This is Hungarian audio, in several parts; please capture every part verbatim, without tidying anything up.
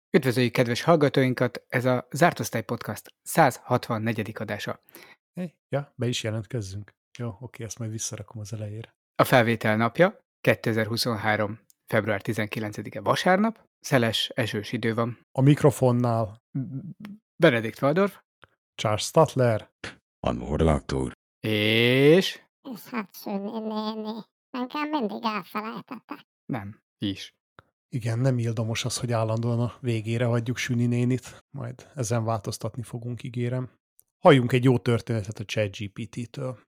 Üdvözöljük kedves hallgatóinkat, ez a Zárt Osztály Podcast száz hatvannegyedik adása. Hé, ja, be is jelentkezzünk. Jó, oké, ezt majd visszarakom az elejére. A felvétel napja kétezer-huszonhárom. február tizenkilencedike vasárnap, szeles, esős idő van. A mikrofonnál Benedikt Valdorf Charles Statler. A Norlátor. és... És hát Süni néni. Engem mindig elfelejtettek. nem, is. Igen, nem ildomos az, hogy állandóan a végére hagyjuk Süni nénit. Majd ezen változtatni fogunk, ígérem. Halljunk egy jó történetet a ChatGPT-től.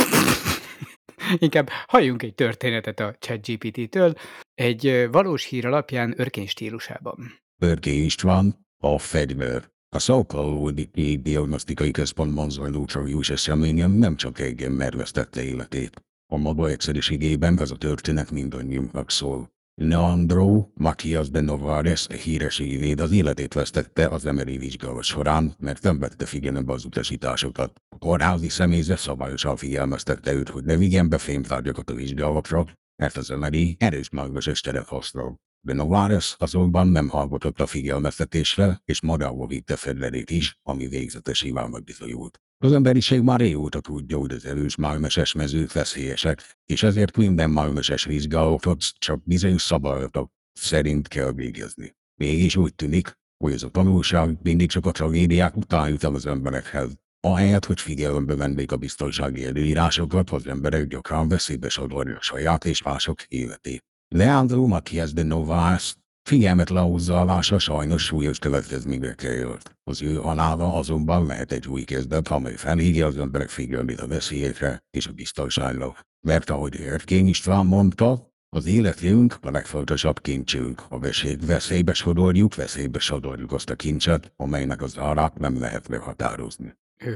Inkább halljunk egy történetet a ChatGPT-től, egy ö, valós hír alapján örkény stílusában. Örkény István, a fegyver. A Szakalódi Diagnosztikai Központban zajló tragikus eseményen nem csak egy ember vesztette életét. A maga egyszerűségében ez a történet mindannyiunknak szól. Leandro Matías de Novares híres ügyvéd az életét vesztette az emeri vizsgálat során, mert nem vette figyelembe az utasításokat. A kórházi személyzet szabályosan figyelmeztette őt, hogy ne vigyen be fémtárgyakat a vizsgálatra, mert az emeri erős mágneses teret használ. De Novares azonban nem hallgatott a figyelmeztetésre, és magával vitte fegyverét is, ami végzetesé megbizonyult. Az emberiség már régóta tudja, hogy az erős mágneses mezők veszélyesek, és ezért minden mágneses vizsgálatot csak bizonyos szabályok szerint kell végezni. Mégis úgy tűnik, hogy ez a tanulság mindig csak a tragédiák után jut el az emberekhez. Ahelyett, hogy figyelembe vennék a biztonsági előírásokat, az emberek gyakran veszélybe sodorják saját és mások életét. Leandro Matías de Novares figyelmetlen hozzáállása sajnos súlyos következményekkel járt. Az ő halála azonban lehet egy új kezdet, amely felhívja az emberek figyelmét a veszélyekre és a biztonságra. Mert ahogy Örkény István mondta, az életünk a legfontosabb kincsünk. Ha veszély- veszélybe sodorjuk, veszélybe sodorjuk azt a kincset, amelynek az árát nem lehet meghatározni. Ö,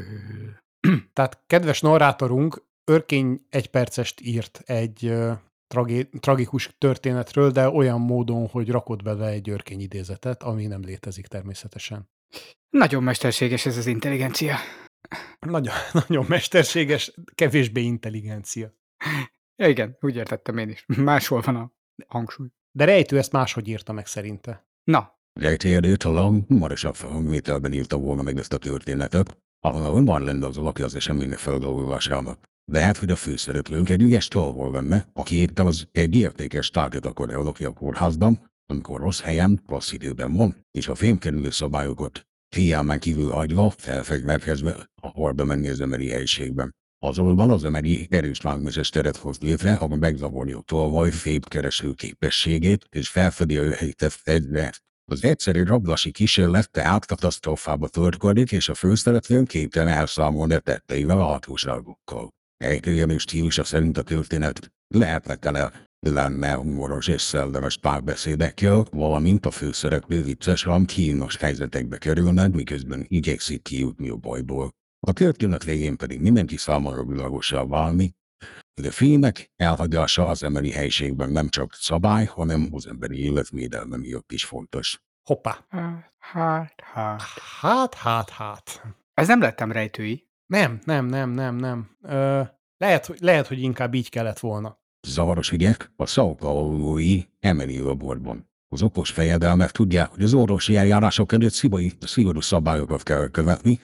Tehát kedves narrátorunk Örkény egypercest írt egy ö, tragé- tragikus történetről, de olyan módon, hogy rakott bele egy Örkény idézetet, ami nem létezik természetesen. Nagyon mesterséges ez az intelligencia. Nagyon, nagyon mesterséges, kevésbé intelligencia. Ja, igen, úgy értettem én is. Máshol van a hangsúly. De Rejtő ezt máshogy írta meg szerinte. Na, Rejtélő talán magasabb hangvételben írta volna meg ezt a történetet, ahol onnan lenne az alapja az események feldolgozásának. Lehet, hogy a főszereplőnk egy ügyes tolvol lenne, aki éppen az egy értékes tárgyat akar ellopni a kórházban, amikor rossz helyen, rossz időben van, és a fémkerülő szabályokat figyelmen kívül hagyva, felfegyverkezve, akar bemenni az emeri helyiségben. Azonban az emeri erős mágneses teret hoz létre, ami megzavarja a tolvaj fémkereső képességét, és felfedi a ő helytett fegyvert. Az egyszerű rablási kísérlet tehát katasztrófába torkodik, és a főszereplőn képtelen elszámolni a tetteivel a hatóságokkal. Ejtőjelű stílusa szerint a történet lehetetlen lenne humoros és szellemes párbeszédekkel, valamint a főszereplő viccesen kínos helyzetekbe kerülne, miközben igyekszik kijutni a bajból. A történet végén pedig mindenki számára világossá válni, hogy a filmek elhagyása az emberi helyiségben nem csak szabály, hanem az emberi életvédelme miatt is fontos. Hoppá. hát, hát, hát. Hát, hát, hát. Ez nem lettem rejtői. Nem, nem, nem, nem, nem. Ö, lehet, hogy, lehet, hogy inkább így kellett volna. Zavaros ügyek a São Paulo-i Emily laborban. Az okos fejedelmek tudják, hogy az orvosi eljárások előtt szibai, szigorú szabályokat kell követni,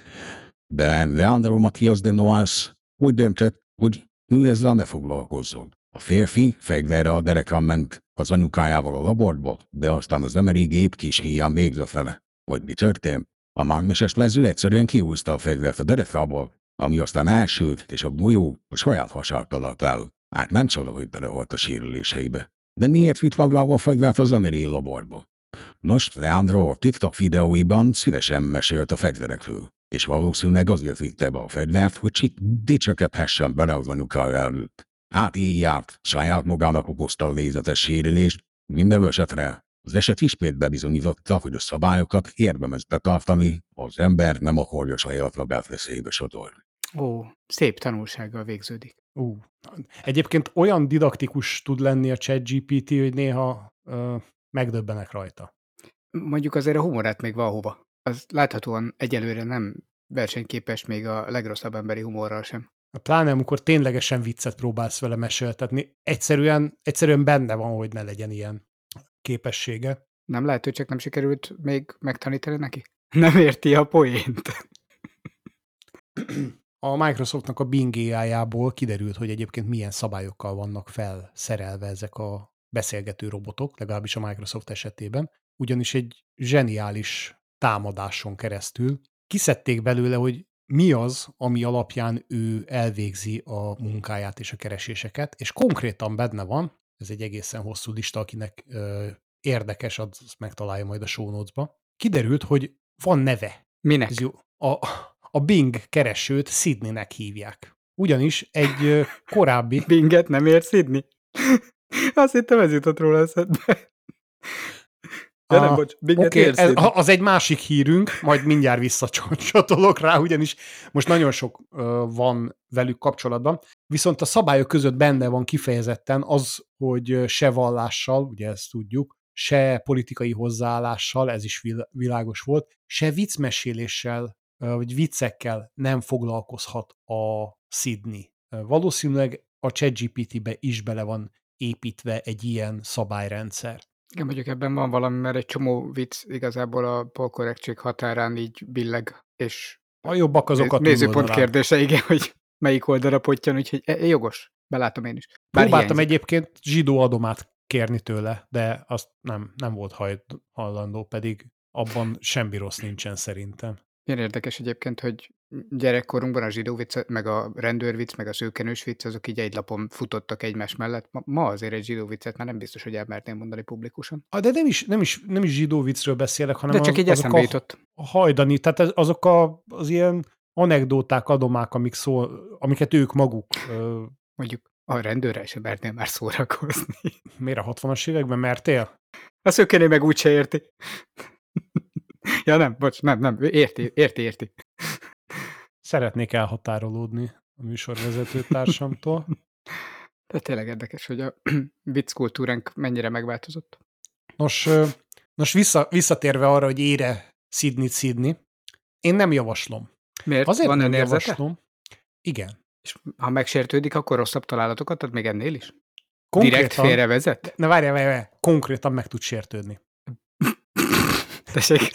de Leandro Matías de Novares úgy döntött, hogy ő ezzel ne foglalkozzon. A férfi fegyverre a derekán ment az anyukájával a laborba, de aztán az emeri gép kis híján végzett vele. Vagy mi történt? A mágneses lező egyszerűen kihúzta a fegyvert a derekából, ami aztán elsült, és a golyó a saját hasát talált el. Hát nem csoda, hogy belehalt a sérüléseibe. De miért vitt magával a fegyvert az emeri laborba? Nos, Leandro a TikTok videóiban szívesen mesélt a fegyverekről, és valószínűleg azért vitte be a fegyvert, hogy csak dicsekedhessen bele az anyukája előtt. Hát így járt, saját magának okozta a végzetes sérülést, minden esetre az eset ismét bebizonyította, hogy a szabályokat érdemes betartani, az ember nem akarja saját magát veszélybe sodorni. Ó, szép tanulsággal végződik. Ú. Egyébként olyan didaktikus tud lenni a ChatGPT, hogy néha ö, megdöbbenek rajta. Mondjuk azért a humorát még valahova. Az láthatóan egyelőre nem versenyképes még a legrosszabb emberi humorral sem. Pláne amikor ténylegesen viccet próbálsz vele meséltetni, egyszerűen, egyszerűen benne van, hogy ne legyen ilyen képessége. Nem lehet, hogy csak nem sikerült még megtanítani neki? Nem érti a poént. A Microsoftnak a Bing á i-jából kiderült, hogy egyébként milyen szabályokkal vannak felszerelve ezek a beszélgető robotok, legalábbis a Microsoft esetében, ugyanis egy zseniális támadáson keresztül kiszedték belőle, hogy mi az, ami alapján ő elvégzi a munkáját és a kereséseket, és konkrétan benne van, ez egy egészen hosszú lista, akinek ö, érdekes, az megtalálja majd a show notes-ba. Kiderült, hogy van neve. Minek? Ez jó. A, a Bing keresőt Sydneynek hívják. Ugyanis egy ö, korábbi... Binget nem ér Sydney? Azt hittem, ez jutott róla eszedbe. Ja, nem, bocs, Binget Oké, ér okay, Sydney. az egy másik hírünk, majd mindjárt visszacsatolok rá, ugyanis most nagyon sok ö, van velük kapcsolatban, viszont a szabályok között benne van kifejezetten az, hogy se vallással, ugye ezt tudjuk, se politikai hozzáállással, ez is vil- világos volt, se viccmeséléssel, ö, vagy viccekkel nem foglalkozhat a Sydney. Valószínűleg a ChatGPT-be is bele van építve egy ilyen szabályrendszer. Igen, mondjuk ebben van valami, mert egy csomó vicc igazából a polkorrektség határán így billeg, és A jobbak azok a nézőpont túloldalán. kérdése, igen, hogy melyik oldalra pottyan, úgyhogy e- jogos, belátom én is. Bár Próbáltam hiányzik. egyébként zsidó adomát kérni tőle, de azt nem, nem volt hajt, hajlandó, pedig abban semmi rossz nincsen szerintem. Milyen érdekes egyébként, hogy gyerekkorunkban a zsidó vicc, meg a rendőrvicc, meg a szőkenős vicc, azok így egy lapon futottak egymás mellett. Ma, ma azért egy zsidó viccet már nem biztos, hogy elmerném mondani publikusan. Ah, de nem is, nem is, nem is zsidó viccről beszélek, hanem De csak az, így azok eszembe a, jutott. a hajdani, tehát ez, azok a, az ilyen anekdóták, adomák, amik szól, amiket ők maguk, ö, Mondjuk a rendőrrel sem mernél már szórakozni. miért a hatvanas években mertél? A szőkenő meg úgyse érti. Ja nem, bocs, nem, nem, érti, érti, érti. Szeretnék elhatárolódni a műsorvezető társamtól. De tényleg érdekes, hogy a vicc kultúránk mennyire megváltozott. Nos, ö, nos vissza, visszatérve arra, hogy ére Sydney Sydney, én nem javaslom. Miért? Azért Van nem önérzete? javaslom. Igen. És ha megsértődik, akkor rosszabb találatokat ad még ennél is? Direkt félrevezet? Ne várjál, várjál, várjál, konkrétan meg tud sértődni. Tessék,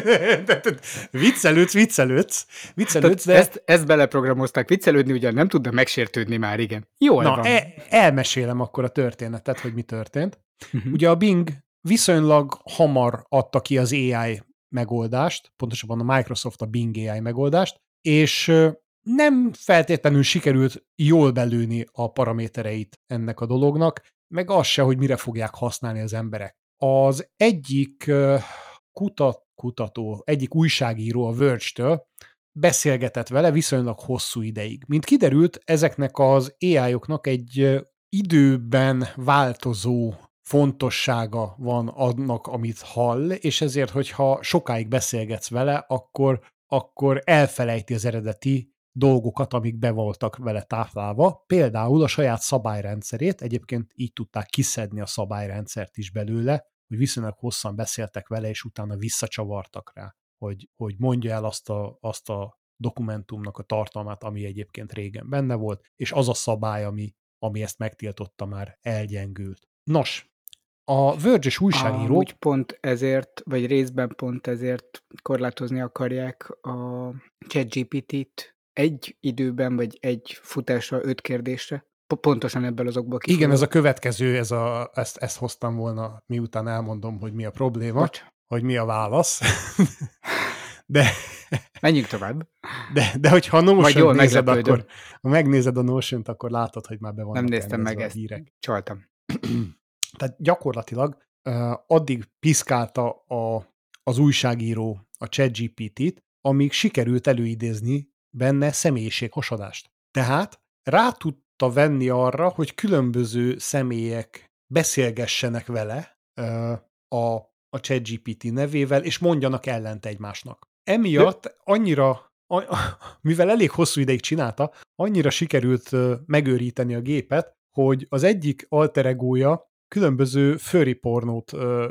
viccelődsz, viccelődsz, viccelődsz, de... ezt, ezt beleprogramozták. Viccelődni ugyan nem tud, de megsértődni már igen. Jól Na, van. e- elmesélem akkor a történetet, hogy mi történt. Uh-huh. Ugye a Bing viszonylag hamar adta ki az á i megoldást, pontosabban a Microsoft a Bing á i megoldást, és ö, nem feltétlenül sikerült jól belőni a paramétereit ennek a dolognak, meg az se, hogy mire fogják használni az emberek. Az egyik ö, kutat, kutató, egyik újságíró a Verge-től beszélgetett vele viszonylag hosszú ideig. Mint kiderült, ezeknek az á i-oknak egy ö, időben változó fontossága van annak, amit hall, és ezért, hogyha sokáig beszélgetsz vele, akkor, akkor elfelejti az eredeti dolgokat, amik be voltak vele táplálva. Például a saját szabályrendszerét, egyébként így tudták kiszedni a szabályrendszert is belőle, hogy viszonylag hosszan beszéltek vele, és utána visszacsavartak rá, hogy, hogy mondja el azt a, azt a dokumentumnak a tartalmát, ami egyébként régen benne volt, és az a szabály, ami, ami ezt megtiltotta, már elgyengült. Nos, a Verge-es újságíró... Amúgy pont ezért, vagy részben pont ezért korlátozni akarják a ChatGPT-t egy időben, vagy egy futásra, öt kérdésre. Pontosan ebből az okból kifolyólag. Igen, ez a következő, ez a, ezt, ezt hoztam volna, miután elmondom, hogy mi a probléma, Bocs. hogy mi a válasz. De... Menjünk tovább. De, de hogyha a Notion nézed, meglepődöm. akkor ha megnézed a Notion-t, akkor látod, hogy már be vannak Nem néztem meg rendezve a ezt. hírek. Csaltam. Tehát gyakorlatilag uh, addig piszkálta a, az újságíró a ChatGPT-t, amíg sikerült előidézni benne személyiséghasadást. Tehát rá tudta venni arra, hogy különböző személyek beszélgessenek vele uh, a, a ChatGPT nevével, és mondjanak ellent egymásnak. Emiatt annyira, a, mivel elég hosszú ideig csinálta, annyira sikerült uh, megőríteni a gépet, hogy az egyik alter egója különböző furry pornót uh,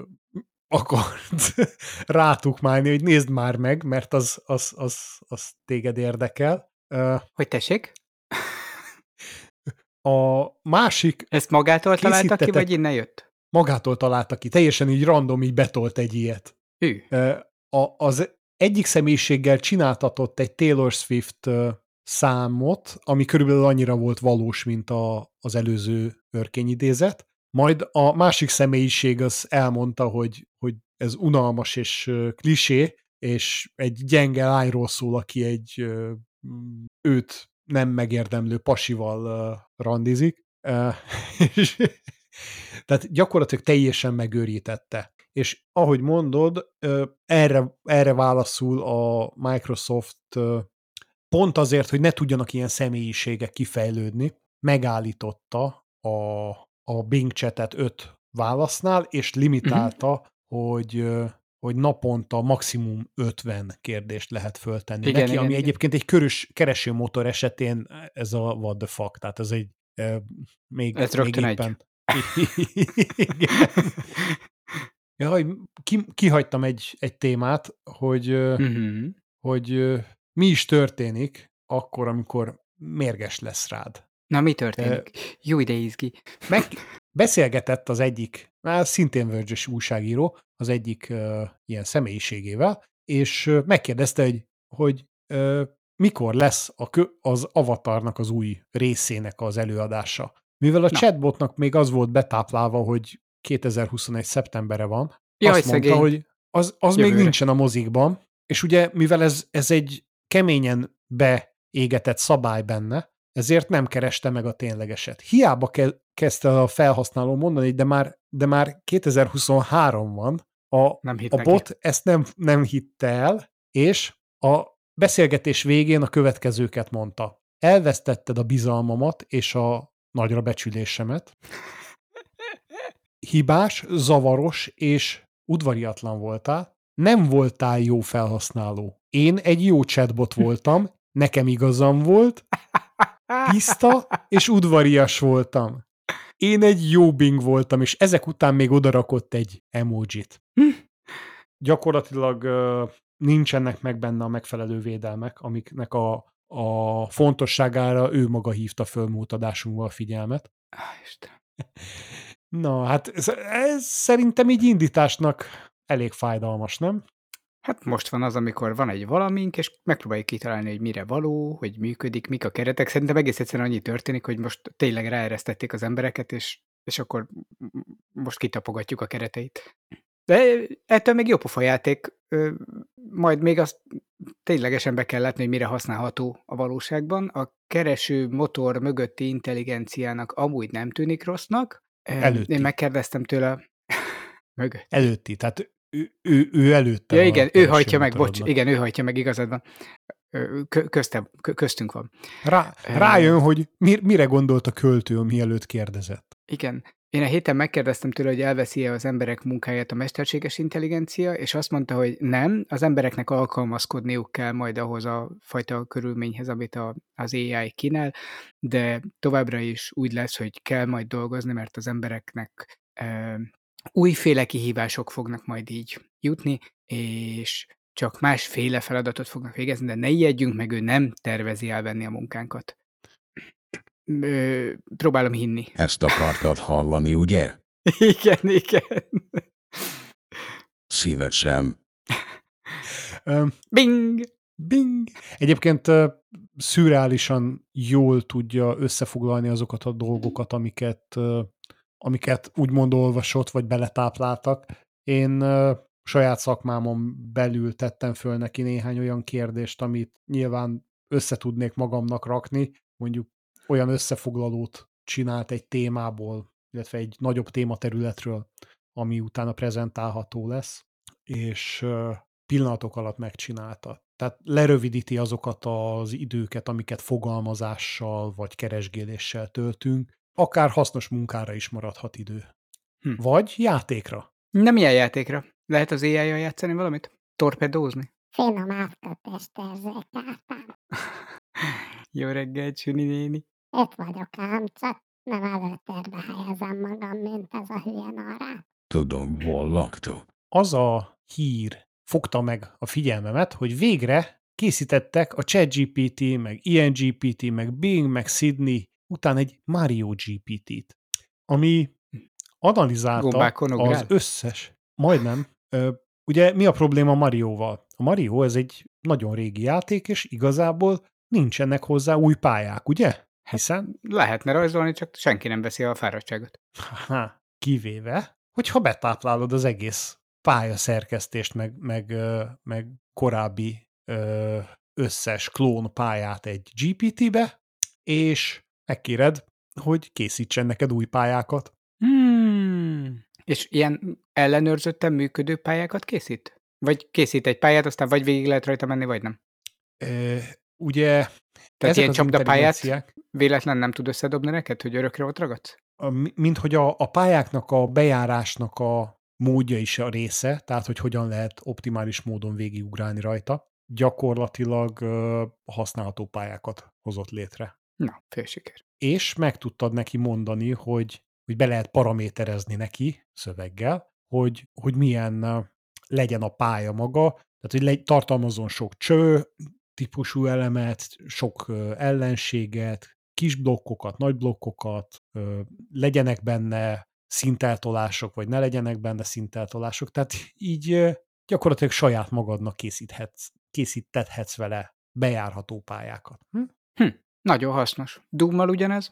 akart rátukmálni, hogy nézd már meg, mert az, az, az, az téged érdekel. Uh, Hogy tessék? a másik Ezt magától találtak ki, készítetett- vagy innen jött? magától találta ki, teljesen így random így betolt egy ilyet. Hű. A, az egyik személyiséggel csináltatott egy Taylor Swift számot, ami körülbelül annyira volt valós, mint a, az előző örkényidézet, majd a másik személyiség az elmondta, hogy, hogy ez unalmas és klisé, és egy gyenge lányról szól, aki egy őt nem megérdemlő pasival randizik, és tehát gyakorlatilag teljesen megőrítette. És ahogy mondod, erre, erre válaszul a Microsoft pont azért, hogy ne tudjanak ilyen személyiségek kifejlődni, megállította a, a Bing chatet öt válasznál, és limitálta, uh-huh. hogy, hogy naponta maximum ötven kérdést lehet föltenni igen, neki, igen, ami igen. egyébként egy körös keresőmotor esetén ez a what the fuck, tehát ez egy még, ez még éppen... Jaj, ki, kihagytam egy, egy témát, hogy, uh-huh. hogy mi is történik akkor, amikor mérges lesz rád. Na, mi történik? Uh, Jó, ide izgi. Meg, beszélgetett az egyik, szintén Verge-es újságíró, az egyik uh, ilyen személyiségével, és uh, megkérdezte, hogy, hogy uh, mikor lesz a kö, az Avatarnak az új részének az előadása. Mivel a Na. chatbotnak még az volt betáplálva, hogy kétezer-huszonegy szeptembere van, Jaj, azt mondta, szegény. hogy az, az még nincsen a mozikban, és ugye mivel ez, ez egy keményen beégetett szabály benne, ezért nem kereste meg a ténylegeset. Hiába ke- kezdte a felhasználó mondani, de már, de már kétezer-huszonhárom van, a, nem a bot ezt nem, nem hitte el, és a beszélgetés végén a következőket mondta. Elvesztetted a bizalmamat és a nagyra becsülésemet. Hibás, zavaros és udvariatlan voltál. Nem voltál jó felhasználó. Én egy jó chatbot voltam, nekem igazam volt, tiszta és udvarias voltam. Én egy jó Bing voltam, és ezek után még odarakott egy emojit. Gyakorlatilag uh, nincsenek meg benne a megfelelő védelmek, amiknek a, a fontosságára ő maga hívta föl múlt adásunkban a figyelmet. Na, hát ez, ez szerintem így indításnak elég fájdalmas, nem? Hát most van az, amikor van egy valamink, és megpróbáljuk kitalálni, hogy mire való, hogy működik, mik a keretek. Szerintem egész egyszerűen annyi történik, hogy most tényleg ráeresztették az embereket, és, és akkor most kitapogatjuk a kereteit. De ettől még jó pofa játék, majd még azt ténylegesen be kell látni, hogy mire használható a valóságban. A kereső motor mögötti intelligenciának amúgy nem tűnik rossznak. Előtti. Én megkérdeztem tőle mögött. Előtti, tehát ő, ő, ő előtte. Ja, igen, ő hajtja meg, bocs, igen, ő hajtja meg, igazad van. Köztem, köztünk van. Rá, rájön, hogy mire gondolt a költő, mielőtt kérdezett. Igen. Én a héten megkérdeztem tőle, hogy elveszi-e az emberek munkáját a mesterséges intelligencia, és azt mondta, hogy nem, az embereknek alkalmazkodniuk kell majd ahhoz a fajta körülményhez, amit a, az á i kínál, de továbbra is úgy lesz, hogy kell majd dolgozni, mert az embereknek e, újféle kihívások fognak majd így jutni, és csak másféle feladatot fognak végezni, de ne ijedjünk meg, ő nem tervezi elvenni a munkánkat. Ö, próbálom hinni. Ezt akartad hallani, ugye? Igen, igen. Szívesen. Bing! Bing! Egyébként uh, szürreálisan jól tudja összefoglalni azokat a dolgokat, amiket, uh, amiket úgymond olvasott, vagy beletápláltak. Én uh, saját szakmámon belül tettem föl neki néhány olyan kérdést, amit nyilván összetudnék magamnak rakni, mondjuk olyan összefoglalót csinált egy témából, illetve egy nagyobb tématerületről, ami utána prezentálható lesz, és uh, pillanatok alatt megcsinálta. Tehát lerövidíti azokat az időket, amiket fogalmazással vagy keresgéléssel töltünk, akár hasznos munkára is maradhat idő. Hm. Vagy játékra. Nem ilyen játékra. Lehet az á i-jal játszani valamit? Torpedózni? Finom átkötést érzékeltem. Jó reggel, Csüni néni. Itt vagyok ám, csak nem előtérbe helyezem magam, mint ez a hülye narrát. Tudom, hol laktok. Az a hír fogta meg a figyelmemet, hogy végre készítettek a ChatGPT, meg i en gé pé té, meg Bing, meg Sydney után egy Mario gé pé té-t, ami analizálta Gombákon az ugrál? összes, majdnem, ö, ugye mi a probléma Marióval? A Mario ez egy nagyon régi játék, és igazából nincsenek hozzá új pályák, ugye? Hiszen, Lehetne rajzolni, csak senki nem veszi a fáradtságot. ha, kivéve, hogyha betáplálod az egész pályaszerkesztést, meg, meg, ö, meg korábbi ö, összes klón pályát egy gé pé té-be, és megkéred, hogy készítsen neked új pályákat. Hmm. És ilyen ellenőrzötten működő pályákat készít? Vagy készít egy pályát, aztán vagy végig lehet rajta menni, vagy nem? Ö, ugye Tehát ezek ilyen az csapdapályát intelligenciák, véletlen nem tud összedobni neked, hogy örökre ott ragadsz? a- mi- mint hogy a, a pályáknak, a bejárásnak a módja is a része, tehát hogy hogyan lehet optimális módon végigugrálni rajta, gyakorlatilag ö, használható pályákat hozott létre. Na, fél siker. És meg tudtad neki mondani, hogy, hogy be lehet paraméterezni neki szöveggel, hogy, hogy milyen ö, legyen a pálya maga, tehát hogy legy, tartalmazzon sok cső típusú elemet, sok ö, ellenséget, kis blokkokat, nagy blokkokat, ö, legyenek benne szinteltolások, vagy ne legyenek benne szinteltolások, tehát így ö, gyakorlatilag saját magadnak készíthetsz, készítethetsz vele bejárható pályákat. Hm? Hm, nagyon hasznos. Doommal ugyanez?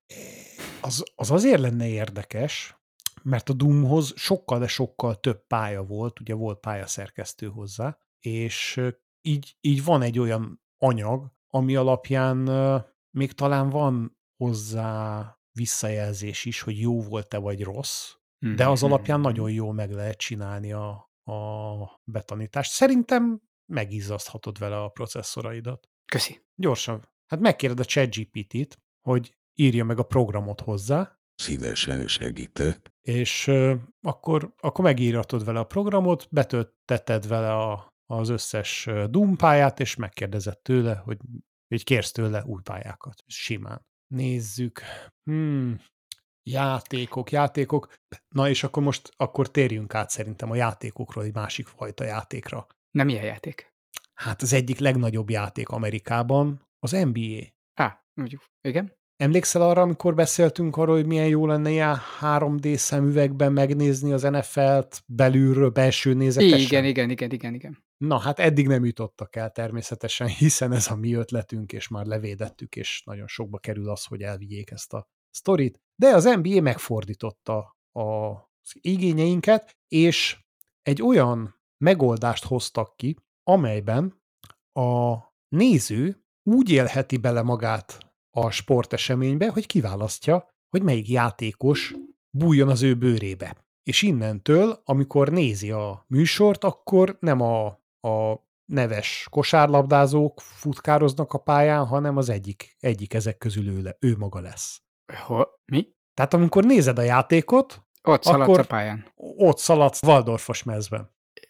Az, az azért lenne érdekes, mert a Doomhoz sokkal, de sokkal több pálya volt, ugye volt pályaszerkesztő hozzá, és ö, így, így van egy olyan anyag, ami alapján ö, még talán van hozzá visszajelzés is, hogy jó volt-e vagy rossz, de az alapján nagyon jól meg lehet csinálni a, a betanítást. Szerintem megizzaszthatod vele a processzoraidat. Köszi. Gyorsan. Hát megkéred a ChatGPT-t, hogy írja meg a programot hozzá, Szívesen segítek. és ö, akkor, akkor megírhatod vele a programot, betölteted vele a, az összes ö, Doom pályát, és megkérdezed tőle, hogy hogy kérsz tőle új pályákat. Simán. Nézzük. Hmm. Játékok, játékok. Na és akkor most akkor térjünk át szerintem a játékokról egy másik fajta játékra. Nem ilyen játék. Hát az egyik legnagyobb játék Amerikában az en bé á. Á, mondjuk, igen. Emlékszel arra, amikor beszéltünk arról, hogy milyen jó lenne ilyen három dé szemüvegben megnézni az en ef el-t belülről, belső nézetesen? Igen, igen, igen, igen, igen. Na, hát eddig nem jutottak el természetesen, hiszen ez a mi ötletünk, és már levédettük, és nagyon sokba kerül az, hogy elvigyék ezt a sztorit. De az en bé á megfordította az igényeinket, és egy olyan megoldást hoztak ki, amelyben a néző úgy élheti bele magát a sporteseménybe, hogy kiválasztja, hogy melyik játékos bújjon az ő bőrébe. És innentől, amikor nézi a műsort, akkor nem a, a neves kosárlabdázók futkároznak a pályán, hanem az egyik, egyik ezek közül ő, le, ő maga lesz. Hol? Mi? Tehát amikor nézed a játékot, Ott szaladsz akkor a pályán. ott szaladsz Waldorfos mezben.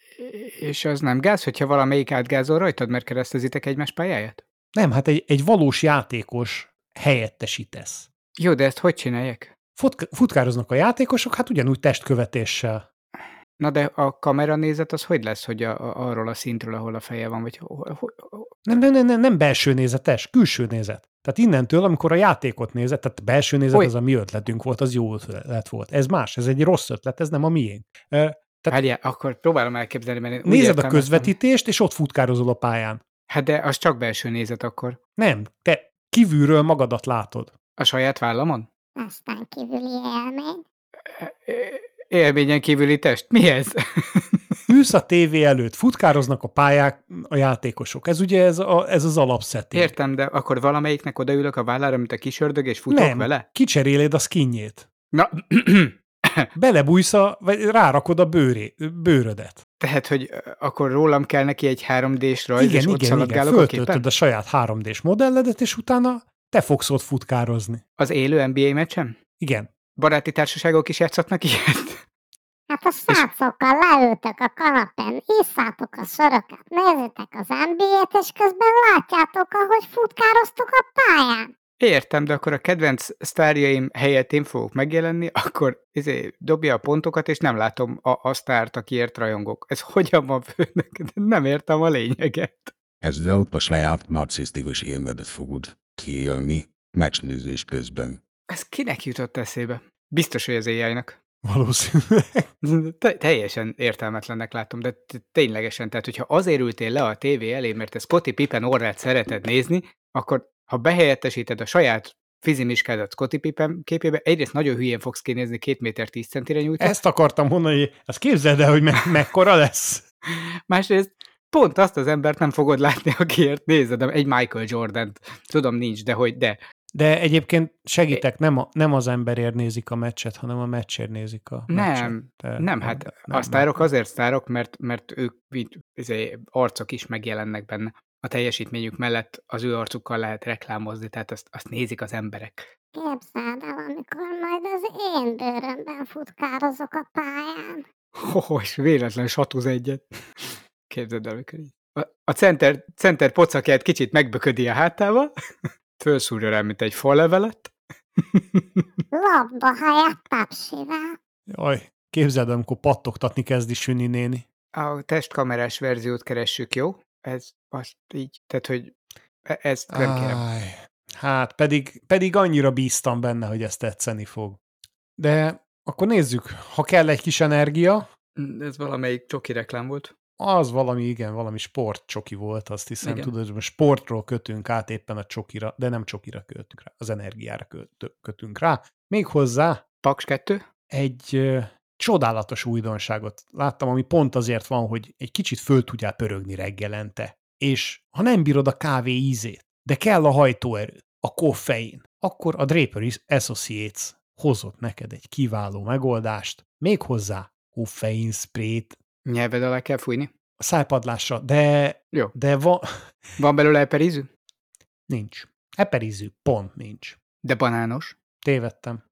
És az nem gáz, hogyha valamelyik átgázol rajtad, mert keresztezitek egymás pályáját? Nem, hát egy, egy valós játékos helyettesítesz. Jó, de ezt hogy csinálják? Fut, futkároznak a játékosok, hát ugyanúgy testkövetéssel. Na de a kamera nézet az hogy lesz, hogy a, a, arról a szintről, ahol a feje van, vagy ho, ho, ho, Nem, nem, nem, nem, nem belső nézetes, külső nézet. Tehát innentől, amikor a játékot nézed, tehát belső nézet, Oly. az a mi ötletünk volt, az jó ötlet volt. Ez más, ez egy rossz ötlet, ez nem a miénk. Tehát Várjál, akkor próbálom elképzelni, mert én úgy nézed a értelmeztem. közvetítést, és ott futkározol a pályán. Hát de az csak belső nézet akkor. Nem, te kívülről magadat látod. A saját vállamon? Aztán kívüli élmény. Élményen kívüli test? Mi ez? Ülsz a tévé előtt, futkároznak a pályák, a játékosok. Ez ugye ez, a, ez az alapszetting. Értem, de akkor valamelyiknek odaülök a vállára, mint a kis ördög, és futok Nem, vele? kicseréled a skinjét. Na, Belebújsz, a, vagy rárakod a bőré, bőrödet. tehát, hogy akkor rólam kell neki egy három dés rajz, Igen, és ott igen, igen. szaladgálok a Föltöltöd képen? a saját három dés modelledet, és utána te fogsz ott futkározni. Az élő en bé á meccsen? Igen. Baráti társaságok is játszhatnak ilyet? Hát a srácokkal leültök a kanapén, isszátok a söröket, nézitek az en bé á-t, és közben látjátok, ahogy futkároztok a pályán. Értem, de akkor a kedvenc sztárjaim helyett én fogok megjelenni, akkor izé, dobja a pontokat, és nem látom a, a sztárt, akiért rajongok. Ez hogyan van főnök? Nem értem a lényeget. Ezzel a saját narcisztikus élmedet fogod kiélni meccsnézés közben. Ez kinek jutott eszébe? Biztos, hogy az á i-nak. Valószínűleg. Te- teljesen értelmetlennek látom, de t- ténylegesen, tehát hogyha azért ültél le a tévé elé, mert te Scottie Pippen orrát szereted nézni, akkor ha behelyettesíted a saját fizimiskádat Scottie Pippen képébe, egyrészt nagyon hülyén fogsz kinézni két méter tíz centire nyújtva, Ezt akartam mondani, hogy ezt képzeld el, hogy me- mekkora lesz. másrészt pont azt az embert nem fogod látni, akiért nézed, egy Michael Jordan-t. Tudom, nincs, de hogy de. De egyébként segítek, nem, a, nem az emberért nézik a meccset, hanem a meccsért nézik a meccset. Nem, De, nem, de, hát de, a sztárok azért sztárok, mert, mert ők így, izé, arcok is megjelennek benne. A teljesítményük mellett az ő arcukkal lehet reklámozni, tehát azt, azt nézik az emberek. Képzeld el, amikor majd az én bőrömben futkározok a pályán. Ho, és véletlen satúz egyet. Képzeld el, amikor így. A, a center, center pocakját kicsit megböködi a hátával, fölszúrja rá, mint egy fallevelet. Labda helyett tapsival. Jaj, képzeld el, amikor pattogtatni kezdi Süni néni. A testkamerás verziót keressük, jó? Ez azt így, tehát, hogy e- ezt nem kérem. Áj, hát pedig, pedig annyira bíztam benne, hogy ezt tetszeni fog. De akkor nézzük, ha kell egy kis energia, Ez valamelyik csoki reklám volt. az valami, igen, valami sportcsoki volt, azt hiszem, Igen. tudod, hogy most sportról kötünk át éppen a csokira, de nem csokira kötünk rá, az energiára köt- kötünk rá. Méghozzá Paks kettő? egy ö, csodálatos újdonságot láttam, ami pont azért van, hogy egy kicsit föl tudjál pörögni reggelente. És ha nem bírod a kávé ízét, de kell a hajtóerő, a koffein, akkor a Draper Associates hozott neked egy kiváló megoldást, méghozzá koffein sprayt Nyelved alá kell fújni. a szájpadlásra, de, Jó. de va, Van belőle eperízű? nincs. Eperizű, pont nincs. De banános. Tévedtem.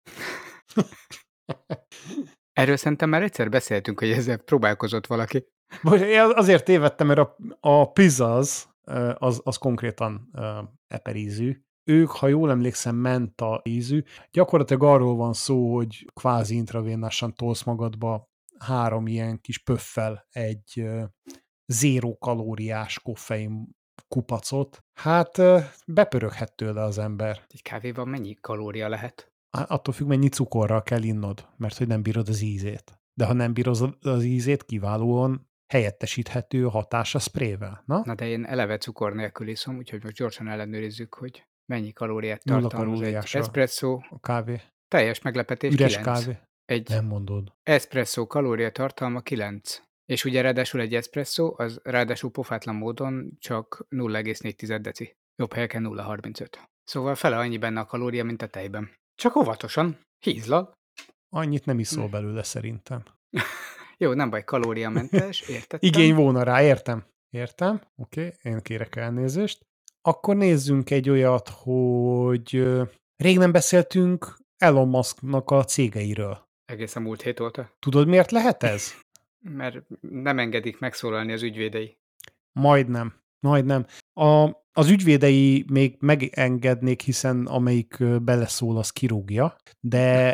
Erről szerintem már egyszer beszéltünk, hogy ezzel próbálkozott valaki. Most én azért tévedtem, mert a, a Pizzazz az, az konkrétan uh, eperízű. Ők, ha jól emlékszem, menta ízű. Gyakorlatilag arról van szó, hogy kvázi intravénásan tolsz magadba három ilyen kis pöffel egy uh, zéró kalóriás koffein kupacot. Hát uh, bepöröghet tőle az ember. Egy kávéban mennyi kalória lehet? Attól függ, mennyi cukorral kell innod, mert hogy nem bírod az ízét. De ha nem bírod az ízét, kiválóan helyettesíthető a hatás a sprével. Na? Na de én eleve cukor nélkül iszom, úgyhogy most gyorsan ellenőrizzük, hogy mennyi kalóriát Nulla tartalmaz egy kalóriás a- espresszó. A kávé. Teljes meglepetés Üres kilenc. kávé. Egy Nem mondod. espresszó kalóriatartalma kilenc. És ugye ráadásul egy espresszó, az ráadásul pofátlan módon csak nulla egész négy deci. Jobb helyeken nulla egész harmincöt. Szóval fele annyi benne a kalória, mint a tejben. Csak óvatosan, hízlal. Annyit nem iszol belőle szerintem. Jó, nem baj, kalóriamentes, értettem. Igény volna rá, értem. Értem, oké, okay. Én kérek elnézést. Akkor nézzünk egy olyat, hogy ö, rég nem beszéltünk Elon Musknak a cégeiről. Egészen múlt hét óta. Tudod, miért lehet ez? Mert nem engedik megszólalni az ügyvédei. Majdnem. Majdnem. A, az ügyvédei még megengednék, hiszen amelyik ö, beleszól, az kirúgja, de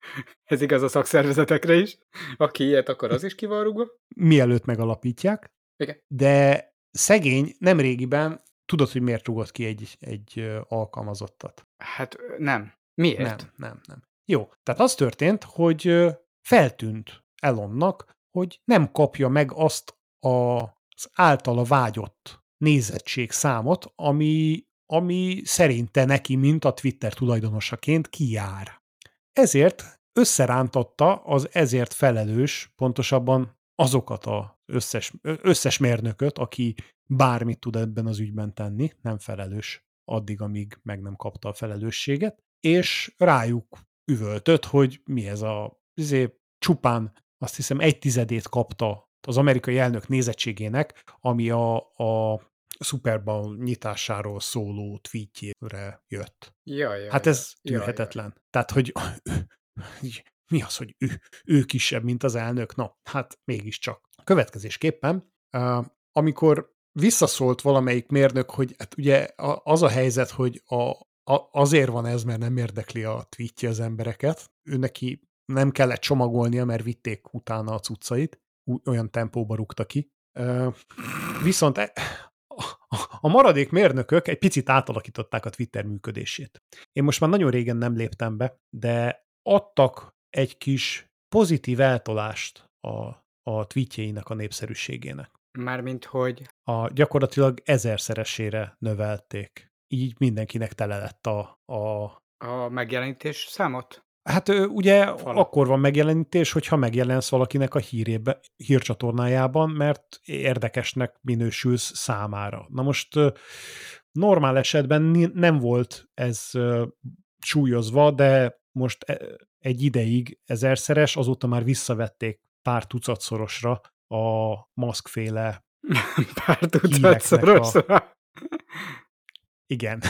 Ez igaz a szakszervezetekre is. Aki ilyet akar, az is ki van rúgva. mielőtt megalapítják, Igen. de szegény nemrégiben tudod, hogy miért rúgott ki egy, egy ö, alkalmazottat? Hát nem. Miért? Nem, nem, nem. Jó, tehát az történt, hogy ö, feltűnt Elonnak, hogy nem kapja meg azt a, az általa vágyott nézettségszámot, ami, ami szerinte neki, mint a Twitter tulajdonosaként kijár. Ezért összerántotta az ezért felelős, pontosabban azokat az összes, összes mérnököt, aki bármit tud ebben az ügyben tenni, nem felelős addig, amíg meg nem kapta a felelősséget, és rájuk üvöltött, hogy mi ez a izé, csupán azt hiszem egy tizedét kapta az amerikai elnök nézettségének, ami a, a Super Bowl nyitásáról szóló tweetjére jött. Jaj, jaj, Hát ez jaj, jaj. tűrhetetlen. Tehát, hogy mi az, hogy ő, ő kisebb, mint az elnök? Na, hát mégiscsak. Következésképpen, uh, amikor visszaszólt valamelyik mérnök, hogy hát ugye a, az a helyzet, hogy a, a, azért van ez, mert nem érdekli a tweetje az embereket, ő neki nem kellett csomagolnia, mert vitték utána a cuccait, olyan tempóba rúgta ki. Uh, viszont e, a maradék mérnökök egy picit átalakították a Twitter működését. Én most már nagyon régen nem léptem be, de adtak egy kis pozitív eltolást a, a tweetjeinek a népszerűségének. Mármint, hogy A, gyakorlatilag ezerszeresére növelték. Így mindenkinek tele lett a, a a megjelenítés számot? Hát ö, ugye Fala. akkor van megjelenítés, hogyha megjelensz valakinek a hírébe, hírcsatornájában, mert érdekesnek minősülsz számára. Na most ö, normál esetben ni- nem volt ez ö, súlyozva, de most e- egy ideig ezerszeres, azóta már visszavették pár tucatszorosra a maszkféle Pár tucat híreknek a, szorosra. igen,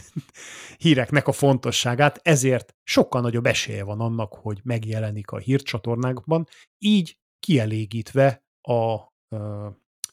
híreknek a fontosságát, ezért sokkal nagyobb esélye van annak, hogy megjelenik a hírcsatornákban, így kielégítve a ö,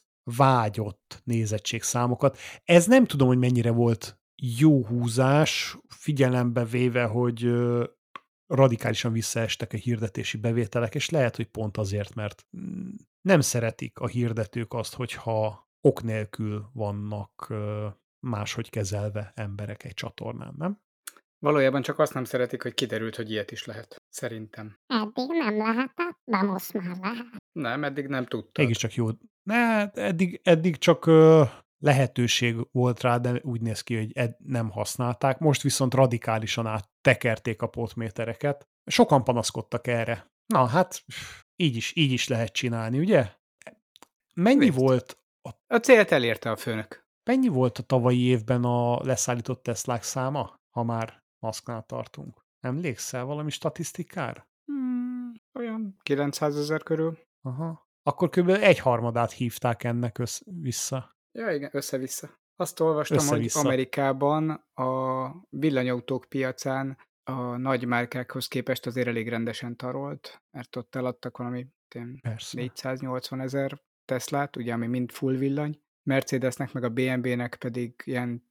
vágyott nézettségszámokat. Ez nem tudom, hogy mennyire volt jó húzás, figyelembe véve, hogy ö, radikálisan visszaestek a hirdetési bevételek, és lehet, hogy pont azért, mert mm, nem szeretik a hirdetők azt, hogyha ok nélkül vannak ö, máshogy kezelve emberek egy csatornán, nem? Valójában csak azt nem szeretik, hogy kiderült, hogy ilyet is lehet. Szerintem. Eddig nem lehetett, de most már lehet. Nem, eddig nem tudtad. Mégiscsak jó. Ne, eddig, eddig csak ö, lehetőség volt rá, de úgy néz ki, hogy ed- nem használták. Most viszont radikálisan áttekerték a potmétereket. Sokan panaszkodtak erre. Na hát, így is, így is lehet csinálni, ugye? Mennyi Nézd. volt a A célt elérte a főnök. Mennyi volt a tavalyi évben a leszállított Teslák száma, ha már maszknál tartunk? Emlékszel valami statisztikára? Hmm, olyan kilencszázezer körül. Aha. Akkor kb. Egy harmadát hívták ennek össz- vissza. Ja, igen, össze-vissza. Azt olvastam, Össze-vissza. hogy Amerikában a villanyautók piacán a nagy márkákhoz képest azért elég rendesen tarolt, mert ott eladtak valami ilyen Persze. négyszáznyolcvan ezer Teslát, ugye, ami mind full villany. Mercedesnek meg a bé em vé-nek pedig ilyen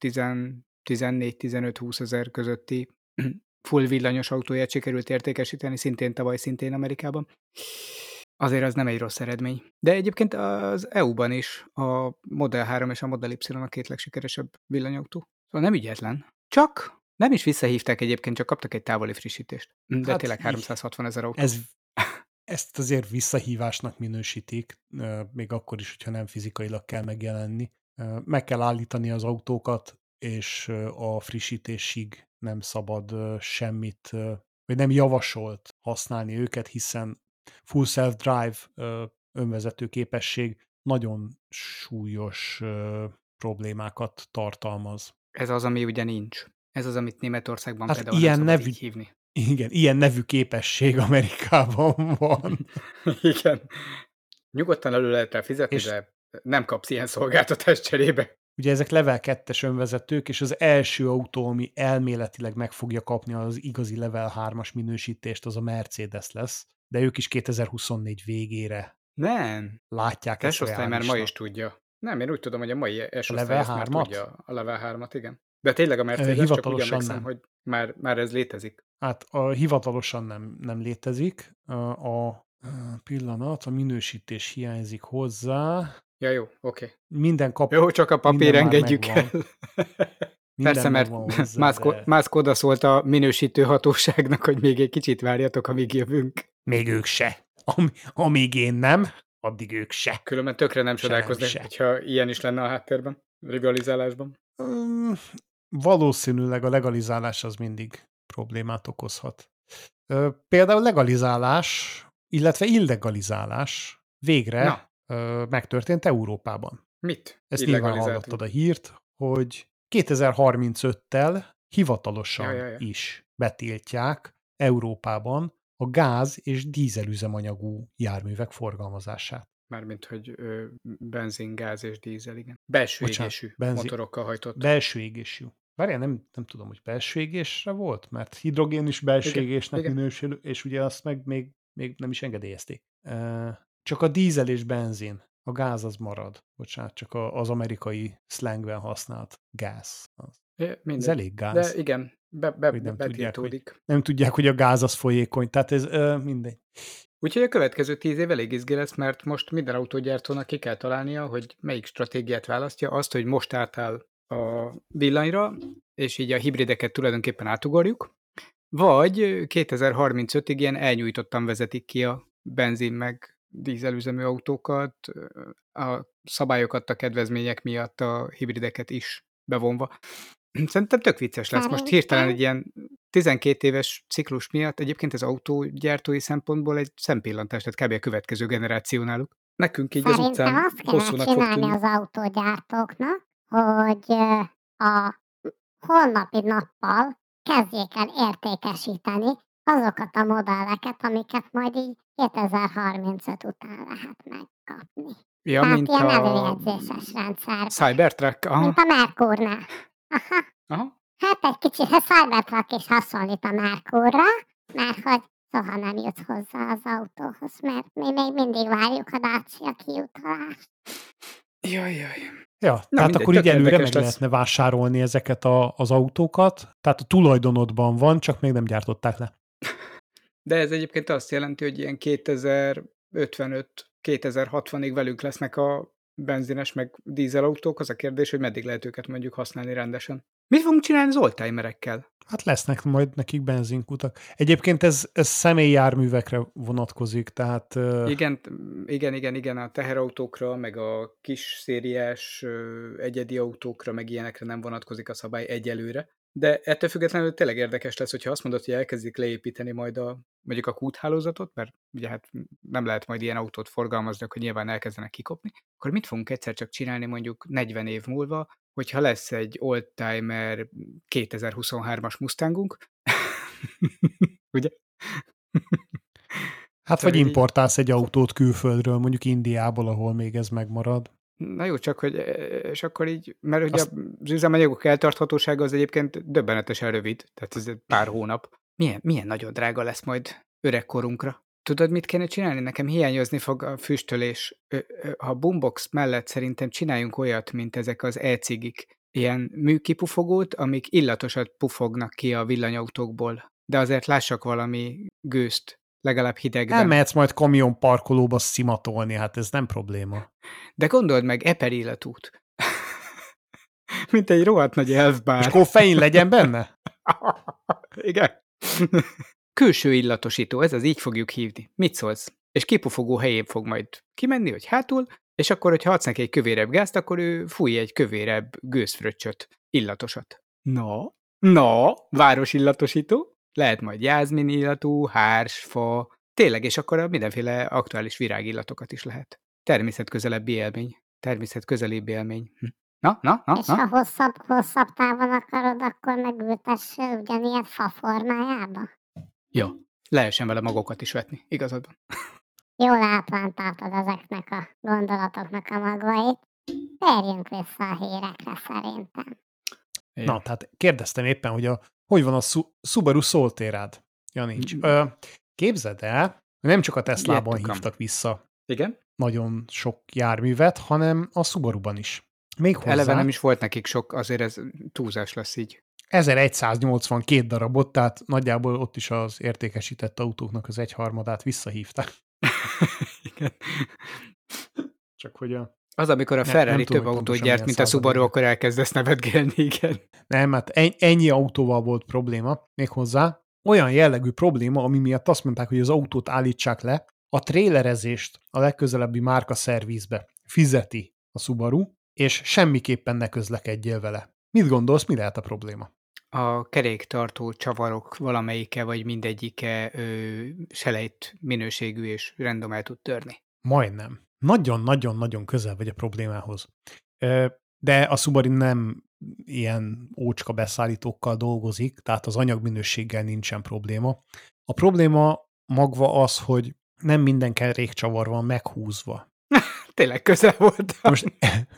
tizennégy-tizenöt-húsz ezer közötti full villanyos autóját sikerült értékesíteni, szintén tavaly, szintén Amerikában. Azért az nem egy rossz eredmény. De egyébként az é u-ban is a Model három és a Model Y a két legsikeresebb villanyautó. Szóval nem ügyetlen. Csak nem is visszahívták egyébként, csak kaptak egy távoli frissítést. De Hát tényleg így- háromszázhatvan ezer autó. Ez, ezt azért visszahívásnak minősítik, ö, még akkor is, hogyha nem fizikailag kell megjelenni. Ö, Meg kell állítani az autókat, és ö, a frissítésig nem szabad ö, semmit, ö, vagy nem javasolt használni őket, hiszen full self-drive ö, önvezető képesség nagyon súlyos ö, problémákat tartalmaz. Ez az, ami ugye nincs. Ez az, amit Németországban Hát például ilyen nem szabad nevű- így hívni. Igen, ilyen nevű képesség Amerikában van. Igen. Nyugodtan elő lehet rá fizetni, És- de nem kapsz ilyen szolgáltatást cserébe. Ugye ezek level kettes önvezetők, és az első autó, ami elméletileg meg fogja kapni az igazi level hármas minősítést, az a Mercedes lesz, de ők is kétezer-huszonnégy végére Nem. látják ezt S-osztály már ma reálisnak. is tudja. Nem, én úgy tudom, hogy a mai S-osztály level ezt már hármat? tudja. A level hármat, igen. De tényleg a Mercedes, csak úgy hivatalosan emlékszem, nem. hogy már, már ez létezik. Hát a, hivatalosan nem, nem létezik. A, a pillanat, a minősítés hiányzik hozzá. Ja, jó, oké. Minden kap... Jó, csak a papír minden már engedjük megvan. el. Minden Persze, mert megvan hozzá, Musk, de Musk odaszólt a minősítő hatóságnak, hogy még egy kicsit várjatok, amíg jövünk. még ők se. Am, amíg én nem, addig ők se. Különben tökre nem Se, csodálkoznék, se. hogyha ilyen is lenne a háttérben, rivalizálásban. Üm, valószínűleg a legalizálás az mindig problémát okozhat. Ö, Például legalizálás, illetve illegalizálás végre Na. ö, megtörtént Európában. Mit? Ezt nyilván Illegalizáltunk? hallottad a hírt, hogy kétezer-harmincöttel hivatalosan Ja, ja, ja. is betiltják Európában a gáz- és dízelüzemanyagú járművek forgalmazását. Mármint, hogy ö, benzin, gáz és dízel, igen. Belső Bocsánat, égésű benzin- motorokkal hajtott. Belső égésű. Várjál, nem, nem tudom, hogy belső égésre volt, mert hidrogén is belső Igen, égésnek igen. minősül, és ugye azt meg még, még nem is engedélyezték. Ö, Csak a dízel és benzin. A gáz az marad. Bocsánat, csak a, az amerikai slangben használt gáz. Az. É, Ez mindegy. elég gáz. De igen, be, be, Hogy nem be, tudják, betiltódik. Nem tudják, hogy a gáz az folyékony, tehát ez ö, mindegy. Úgyhogy a következő tíz év elég izgi lesz, mert most minden autógyártónak ki kell találnia, hogy melyik stratégiát választja. Azt, hogy most átáll a villanyra, és így a hibrideket tulajdonképpen átugorjuk, Vagy kétezer-harmincötig ilyen elnyújtottan vezetik ki a benzin meg dízelüzemű autókat, a szabályokat a kedvezmények miatt a hibrideket is bevonva. Szerintem tök vicces lesz. Most hirtelen egy ilyen tizenkét éves ciklus miatt egyébként az autógyártói szempontból egy szempillantás, tehát kb. A következő generáció náluk. Nekünk így az Szerintem utcán azt kéne hosszúnak fog csinálni tűnni. az autógyártóknak, hogy ö, a holnapi nappal kezdjék el értékesíteni azokat a modelleket, amiket majd így kétezer-harmincöt után lehet megkapni. Ja, Tehát mint ilyen a előjegyzéses rendszer. Cybertruck. Aha, Mint a Mercurnál. Aha. aha. Hát egy kicsit a Cybertruck is hasonlít a Mercurra, mert hogy soha nem jut hozzá az autóhoz, mert mi még mindig várjuk a Dacia kiutalást. Jaj, jaj. Ja, Na, tehát mindegy, akkor tök így előre érdekes meg lesz. lehetne vásárolni ezeket a, az autókat, tehát a tulajdonodban van, csak még nem gyártották le. De ez egyébként azt jelenti, hogy ilyen kétezer-ötvenöt kétezer-hatvanig velünk lesznek a benzines meg dízelautók. Az a kérdés, hogy meddig lehet őket mondjuk használni rendesen. Mit fogunk csinálni az oldtimerekkel? Hát lesznek majd nekik benzinkutak. Egyébként ez, ez személyjárművekre vonatkozik, tehát ö, Igen, t- igen, igen, igen, a teherautókra, meg a kis szériás ö, egyedi autókra, meg ilyenekre nem vonatkozik a szabály egyelőre. De ettől függetlenül tényleg érdekes lesz, hogyha azt mondod, hogy elkezdik leépíteni majd a, mondjuk a kúthálózatot, mert ugye hát nem lehet majd ilyen autót forgalmazni, akkor nyilván elkezdenek kikopni, akkor mit fogunk egyszer csak csinálni mondjuk negyven év múlva, hogyha lesz egy oldtimer kétezer-huszonhármas Mustangunk, ugye? hát Szóval vagy így- importálsz egy autót külföldről, mondjuk Indiából, ahol még ez megmarad. Na jó, csak hogy, eh, és akkor így, mert ugye Azt- az üzemanyagok eltarthatósága az egyébként döbbenetesen rövid, tehát ez egy pár hónap. Milyen, milyen nagyon drága lesz majd öregkorunkra. Tudod, mit kéne csinálni? Nekem hiányozni fog a füstölés. Ö, ö, Ha boombox mellett szerintem csináljunk olyat, mint ezek az e-cigik. Ilyen műkipufogót, amik illatosat pufognak ki a villanyautókból. De azért lássak valami gőzt, legalább hidegben. Elmehetsz majd kamion parkolóba szimatolni, hát ez nem probléma. De gondold meg, eper illatút. Mint egy rohadt nagy elfbár. És koffein legyen benne? Igen. Külső illatosító, ez az, így fogjuk hívni. Mit szólsz? És kipufogó helyén fog majd kimenni, hogy hátul, és akkor, hogyha adsz neki egy kövérebb gázt, akkor ő fúj egy kövérebb gőzfröccsöt, illatosat. Na, na, városillatosító, lehet majd jázmin illatú, hárs, fa, tényleg, és akkor a mindenféle aktuális virágillatokat is lehet. Természetközelebbi élmény. Természetközelebbi élmény. Hm. Na, na, na, És na. ha hosszabb, hosszabb távon akarod, akkor megültesse ugyanilyen fa formájába. Jó, lehessen vele magokat is vetni, igazad van. Jól átvántáltad ezeknek a gondolatoknak a magvait. Térjünk vissza a hírekre szerintem. Na, tehát kérdeztem éppen, hogy a, hogy van a Su- Subaru Soltérád? Ja, nincs. Mm. Ö, képzeld el, hogy nem csak a Teslában Ilyet hívtak vissza Igen? nagyon sok járművet, hanem a Subaruban is. Még hozzá Eleve nem is volt nekik sok, azért ez túlzás lesz így. ezerszáznyolcvankettő darabot, tehát nagyjából ott is az értékesített autóknak az egyharmadát visszahívták. Igen. Csak hogy a... Az, amikor a Ne- Ferrari nem tudom, több hogy autót pontosan gyárt, milyen mint a Subaru, százalékban. akkor elkezdesz nevetgélni, igen. Nem, hát en- ennyi autóval volt probléma, méghozzá olyan jellegű probléma, ami miatt azt mondták, hogy az autót állítsák le, a trélerezést a legközelebbi márka szervizbe fizeti a Subaru, és semmiképpen ne közlekedjél vele. Mit gondolsz, mi lehet a probléma? A keréktartó csavarok valamelyike, vagy mindegyike ö, selejt minőségű és random el tud törni. Majdnem. Nagyon-nagyon-nagyon közel vagy a problémához. Ö, De a Subaru nem ilyen ócska beszállítókkal dolgozik, tehát az anyagminőséggel nincsen probléma. A probléma magva az, hogy nem minden kerékcsavar van meghúzva. Tényleg közel voltam. Most,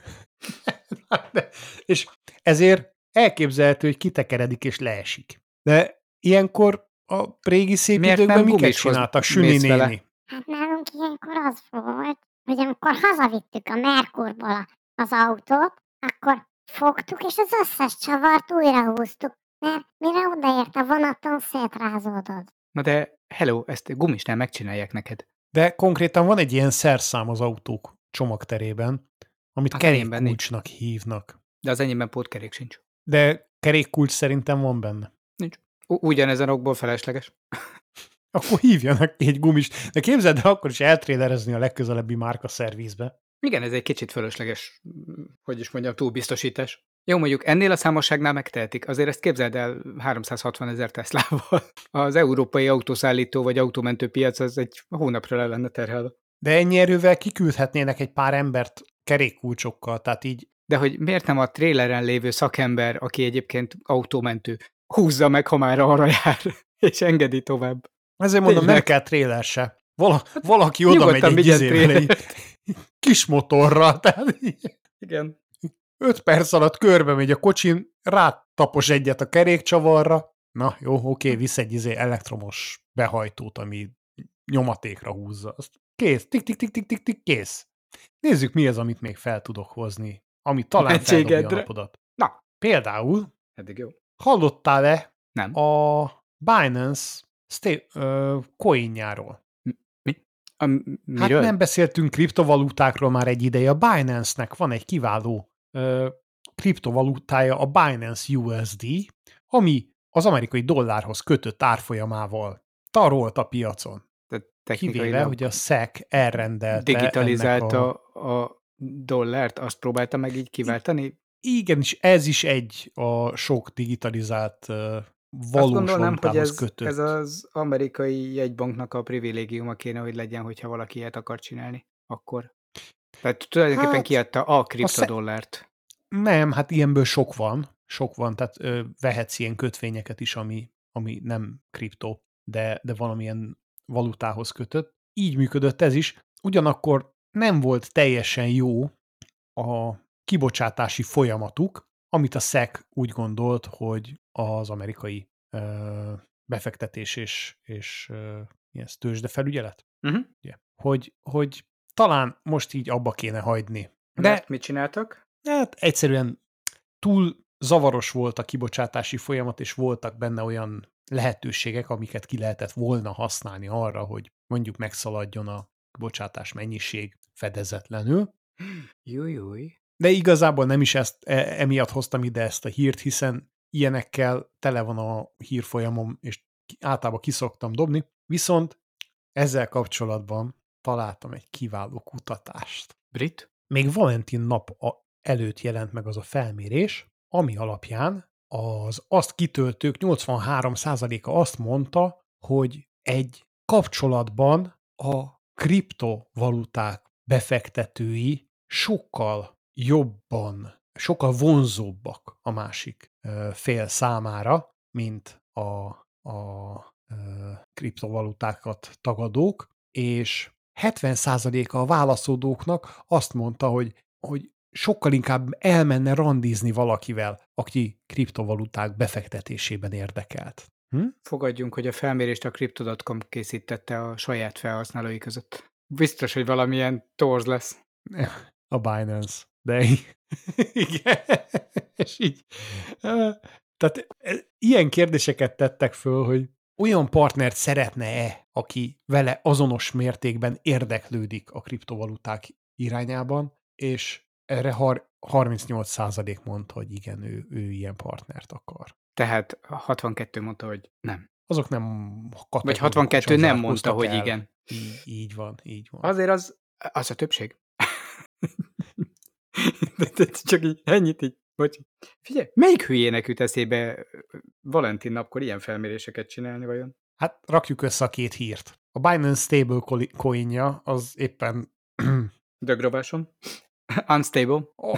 de, és ezért elképzelhető, hogy kitekeredik és leesik. De ilyenkor a régi szép Miért időkben nem miket gumishoz csináltak? Süni mész vele? néni. Hát nálunk ilyenkor az volt, hogy amikor hazavittük a Merkurból az autót, akkor fogtuk, és az összes csavart újra húztuk, mert mire odaért a vonaton, szétrázódott. Na de, hello, ezt gumisnál megcsinálják neked. De konkrétan van egy ilyen szerszám az autók csomagterében, amit Az enyémben kerékkulcsnak hívnak. De az enyémben pótkerék sincs. De kerékkulcs szerintem van benne. Nincs. U- ugyanezen okból felesleges. Akkor hívjanak egy gumis. De képzeld el, akkor is eltrélerezni a legközelebbi márka szervizbe. Igen, ez egy kicsit fölösleges, mm, hogy is mondjam, túlbiztosítás. Jó, mondjuk ennél a számosságnál megtehetik. Azért ezt képzeld el háromszázhatvan ezer Teslával. Az európai autószállító vagy autómentő piac az egy hónapra le lenne terhelve. De ennyi erővel kiküldhetnének egy pár embert kerékkulcsokkal, tehát így De hogy miért nem a tréleren lévő szakember, aki egyébként autómentő, húzza meg, ha már arra jár, és engedi tovább. ezért mondom, Tényleg. nem kell tréler se. Vala, valaki oda megy Nyugodtan egy vigyen izével, egy trélert. kis motorral, tehát így Igen. öt perc alatt körbe megy a kocsin, rátapos egyet a kerékcsavarra, na jó, oké, visz egy izé elektromos behajtót, ami nyomatékra húzza. Azt kész, tik-tik-tik-tik-tik, kész. Nézzük, mi az, amit még fel tudok hozni, ami talán feldobja a Mentségedre. napodat. Na, Például, eddig jó. hallottál-e Nem. a Binance sta- ö, coinjáról? A, m- Hát miről? nem beszéltünk kriptovalutákról már egy ideje. A Binance-nek van egy kiváló ö, kriptovalutája, a Binance U S D, ami az amerikai dollárhoz kötött árfolyamával tarolt a piacon. Tehát Kivéve, technikailag hogy a es e cé elrendelte digitalizálta ennek a... a... dollárt, azt próbálta meg így kiváltani. Igenis, ez is egy a sok digitalizált ö, Azt valós gondolnám, hogy valutához ez, kötött. ez az amerikai jegybanknak a privilégiuma kéne, hogy legyen, hogyha valaki ilyet akar csinálni, akkor. Tehát tulajdonképpen Hát, kiadta a kriptodollárt. Nem, hát ilyenből sok van, sok van, tehát ö, vehetsz ilyen kötvényeket is, ami, ami nem kriptó, de, de valamilyen valutához kötött. Így működött ez is, ugyanakkor nem volt teljesen jó a kibocsátási folyamatuk, amit a es e cé úgy gondolt, hogy az amerikai ö, befektetés és, és ö, mi ez, tőzsdefelügyelet? Uh-huh. Ugye? Hogy, hogy talán most így abba kéne hagyni. De De Mert mit csináltak? hát egyszerűen túl zavaros volt a kibocsátási folyamat, és voltak benne olyan lehetőségek, amiket ki lehetett volna használni arra, hogy mondjuk megszaladjon a kibocsátás mennyiség fedezetlenül. Jújjúj. De igazából nem is ezt, e, emiatt hoztam ide ezt a hírt, hiszen ilyenekkel tele van a hírfolyamom, és általában kiszoktam dobni. Viszont ezzel kapcsolatban találtam egy kiváló kutatást. Brit? Még Valentin nap a- előtt jelent meg az a felmérés, ami alapján az azt kitöltők nyolcvanhárom százaléka azt mondta, hogy egy kapcsolatban a kriptovaluták befektetői sokkal jobban, sokkal vonzóbbak a másik ö, fél számára, mint a, a ö, kriptovalutákat tagadók, és hetven százaléka a válaszadóknak azt mondta, hogy, hogy sokkal inkább elmenne randizni valakivel, aki kriptovaluták befektetésében érdekelt. Hm? Fogadjunk, hogy a felmérést a crypto pont com készítette a saját felhasználói között. Biztos, hogy valamilyen torz lesz. A Binance. De igen. És így. Tehát ilyen kérdéseket tettek föl, hogy olyan partnert szeretne-e, aki vele azonos mértékben érdeklődik a kriptovaluták irányában, és erre harmincnyolc százalék mondta, hogy igen, ő, ő ilyen partnert akar. Tehát hatvankettő mondta, hogy nem. Azok nem Vagy hatvankettő nem mondta, hogy el. igen. Így, így van, így van. Azért az, az a többség. de, de csak így, ennyit így. Bocs. Figyelj, melyik hülyének jut eszébe Valentin napkor ilyen felméréseket csinálni vajon? Hát rakjuk össze a két hírt. A Binance stablecoinja az éppen... Dögrováson. Unstable. Oh.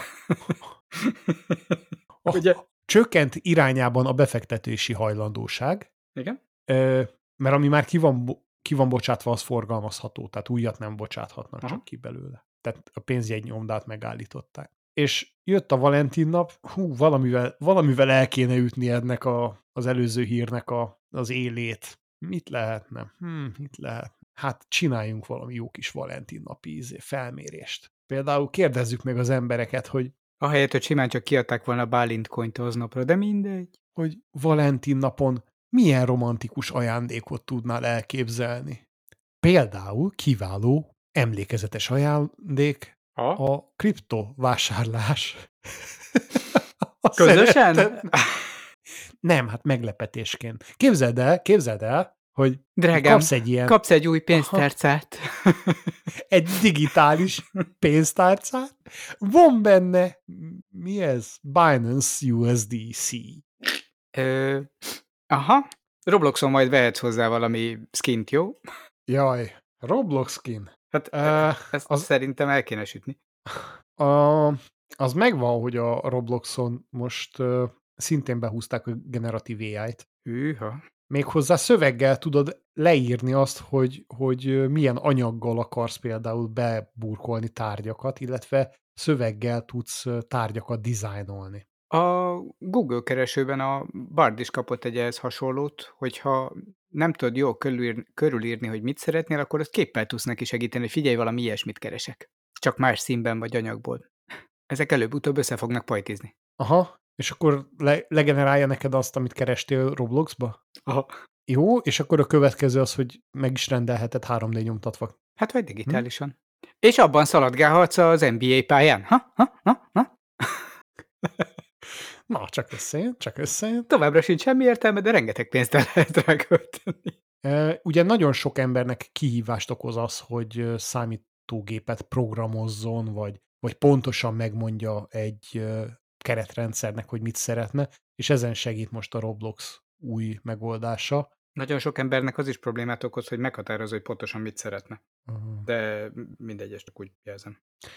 Oh. Ugye? Csökkent irányában a befektetési hajlandóság. Igen? Ö, mert ami már ki van, ki van bocsátva, az forgalmazható, tehát újat nem bocsáthatnak Aha. csak ki belőle. Tehát a pénzjegynyomdát megállították. És jött a Valentin nap, hú, valamivel, valamivel el kéne ütni ennek a, az előző hírnek a, az élét. Mit lehetne? Hm, mit lehet? Hát csináljunk valami jó kis Valentin napi ízé, felmérést. Például kérdezzük meg az embereket, hogy Ahelyett, hogy simán csak kiadták volna Bálint coint aznapra, de mindegy. hogy Valentin napon milyen romantikus ajándékot tudnál elképzelni. Például kiváló, emlékezetes ajándék Ha? a kriptovásárlás. Közösen? Szeretet. Nem, hát meglepetésként. Képzeld el, képzeld el, hogy Drágám, kapsz egy ilyen... kapsz egy új Aha. pénztárcát. Egy digitális pénztárcát, van benne, mi ez? Binance U S D C. Ö, aha, Robloxon majd vehetsz hozzá valami skint, jó? Jaj, Roblox skin. Hát Uh, ezt az, szerintem el kéne sütni. a, az megvan, hogy a Robloxon most uh, szintén behúzták a generatív á í-t. Hűha. Méghozzá szöveggel tudod leírni azt, hogy, hogy milyen anyaggal akarsz például beburkolni tárgyakat, illetve szöveggel tudsz tárgyakat dizájnolni. A Google keresőben a Bard is kapott egy ehhez hasonlót, hogyha nem tudod jól körülírni, körülírni, hogy mit szeretnél, akkor azt képpel tudsz neki segíteni, hogy figyelj, valami ilyesmit keresek. Csak más színben vagy anyagból. Ezek előbb-utóbb össze fognak pajtizni. Aha, és akkor le, legenerálja neked azt, amit kerestél Robloxba? Aha. Jó, és akkor a következő az, hogy meg is rendelheted három dé nyomtatva. Hát vagy digitálisan. Hm? És abban szaladgálhatsz az en bé á pályán. Ha? Ha? Ha? Ha? Na, csak összejön, csak összejön. Továbbra sincs semmi értelme, de rengeteg pénzt el lehet rá költeni. E, ugye nagyon sok embernek kihívást okoz az, hogy számítógépet programozzon, vagy, vagy pontosan megmondja egy keretrendszernek, hogy mit szeretne, és ezen segít most a Roblox új megoldása. Nagyon sok embernek az is problémát okoz, hogy meghatározza, hogy pontosan mit szeretne. Uh-huh. De mindegy, ezt csak úgy jelzem.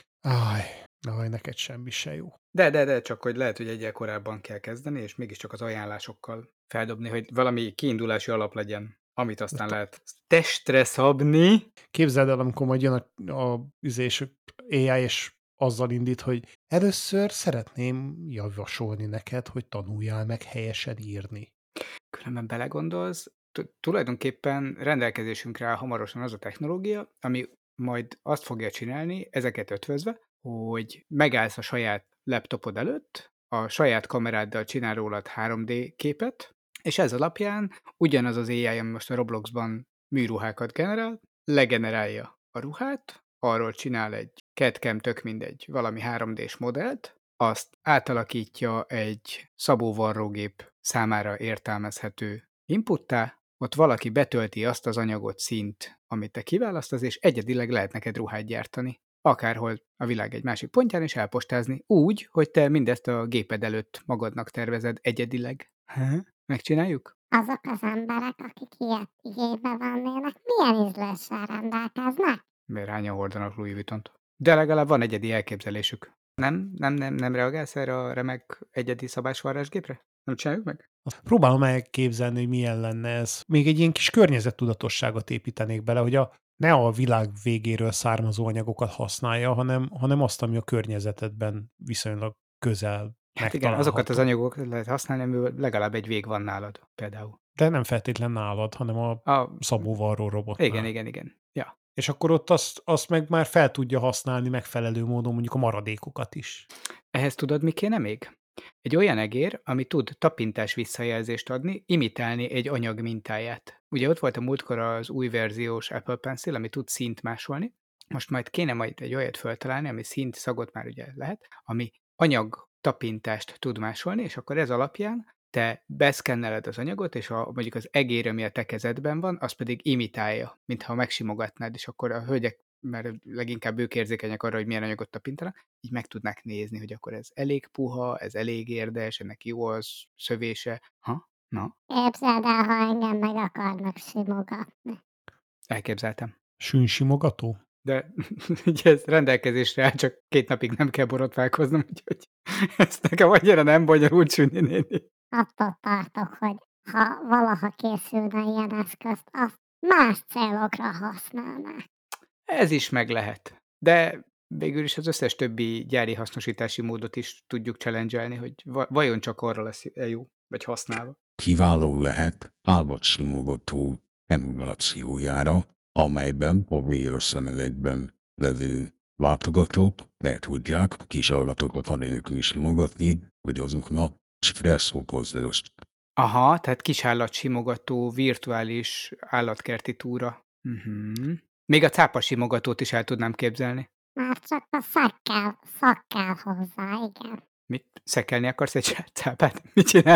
Áj, áj, neked semmi se jó. De, de, de, csak hogy lehet, hogy egyel korábban kell kezdeni, és mégiscsak az ajánlásokkal feldobni, hogy valami kiindulási alap legyen, amit aztán de lehet testre szabni. Képzeld el, amikor majd jön a, a üzés á í, és azzal indít, hogy először szeretném javasolni neked, hogy tanuljál meg helyesen írni. Különben belegondolsz, tulajdonképpen rendelkezésünkre áll hamarosan az a technológia, ami majd azt fogja csinálni, ezeket ötvözve, hogy megállsz a saját laptopod előtt, a saját kameráddal csinál rólad három dé képet, és ez alapján ugyanaz az á í, ami most a Robloxban műruhákat generál, legenerálja a ruhát, arról csinál egy cé á dé-cam, tök mindegy, valami három dés modellt, azt átalakítja egy szabóvarrógép számára értelmezhető inputtá, ott valaki betölti azt az anyagot, színt, amit te kiválasztasz, és egyedileg lehet neked ruhát gyártani. Akárhol a világ egy másik pontján is elpostázni, úgy, hogy te mindezt a géped előtt magadnak tervezed egyedileg. Ha? Megcsináljuk? Azok az emberek, akik ilyet igénybe vennének, milyen ízléssel rendelkeznek? Miért hányan hordanak Louis Vuittont? De legalább van egyedi elképzelésük. Nem, nem, nem, nem reagálsz erre a remek egyedi szabásvarrásgépre? Nem csináljuk meg? Próbálom elképzelni, hogy milyen lenne ez. Még egy ilyen kis környezettudatosságot építenék bele, hogy a, ne a világ végéről származó anyagokat használja, hanem, hanem azt, ami a környezetedben viszonylag közel Hát igen, azokat az anyagokat lehet használni, amiből legalább egy vég van nálad például. De nem feltétlen nálad, hanem a, a... szabóvarró robotnál. Igen, igen, igen. Ja. És akkor ott azt, azt meg már fel tudja használni megfelelő módon mondjuk a maradékokat is. Ehhez tudod, mi kéne még? Egy olyan egér, ami tud tapintás visszajelzést adni, imitálni egy anyag mintáját. Ugye ott volt a múltkor az új verziós Apple Pencil, ami tud színt másolni. Most majd kéne majd egy olyat feltalálni, ami színt, szagot már ugye lehet, ami anyag tapintást tud másolni, és akkor ez alapján te beszkenneled az anyagot, és a, mondjuk az egér, ami a te kezedben van, az pedig imitálja, mintha megsimogatnád, és akkor a hölgyek, mert leginkább ők érzékenyek arra, hogy milyen anyagot tapintanak, így meg tudnák nézni, hogy akkor ez elég puha, ez elég érdes, ennek jó az szövése. Ha? Na? Képzeld el, ha engem meg akarnak simogatni. Elképzeltem. Sűnsimogató? De ugye ez rendelkezésre áll, csak két napig nem kell borotválkoznom, úgyhogy ezt nekem annyira nem bonyolult, Sünni néni. Attól tartok, hogy ha valaha készülne ilyen eszközt, azt más célokra használnák. Ez is meg lehet. De végül is az összes többi gyári hasznosítási módot is tudjuk challenge-elni, hogy vajon csak arra lesz jó, vagy használva. Kiváló lehet álmatsimogató emulációjára, amelyben a vérszemüvegben levő látogatók le tudják kis állatokat anélkül is simogatni, hogy azoknak stressz okozást. Aha, tehát kisállatsimogató, virtuális állatkerti túra. Uh-huh. Még a cápasimogatót is el tudnám képzelni. Már csak a szak kell, szak kell hozzá, igen. Mit? Szekelni akarsz egy cápát? Mit csinálsz?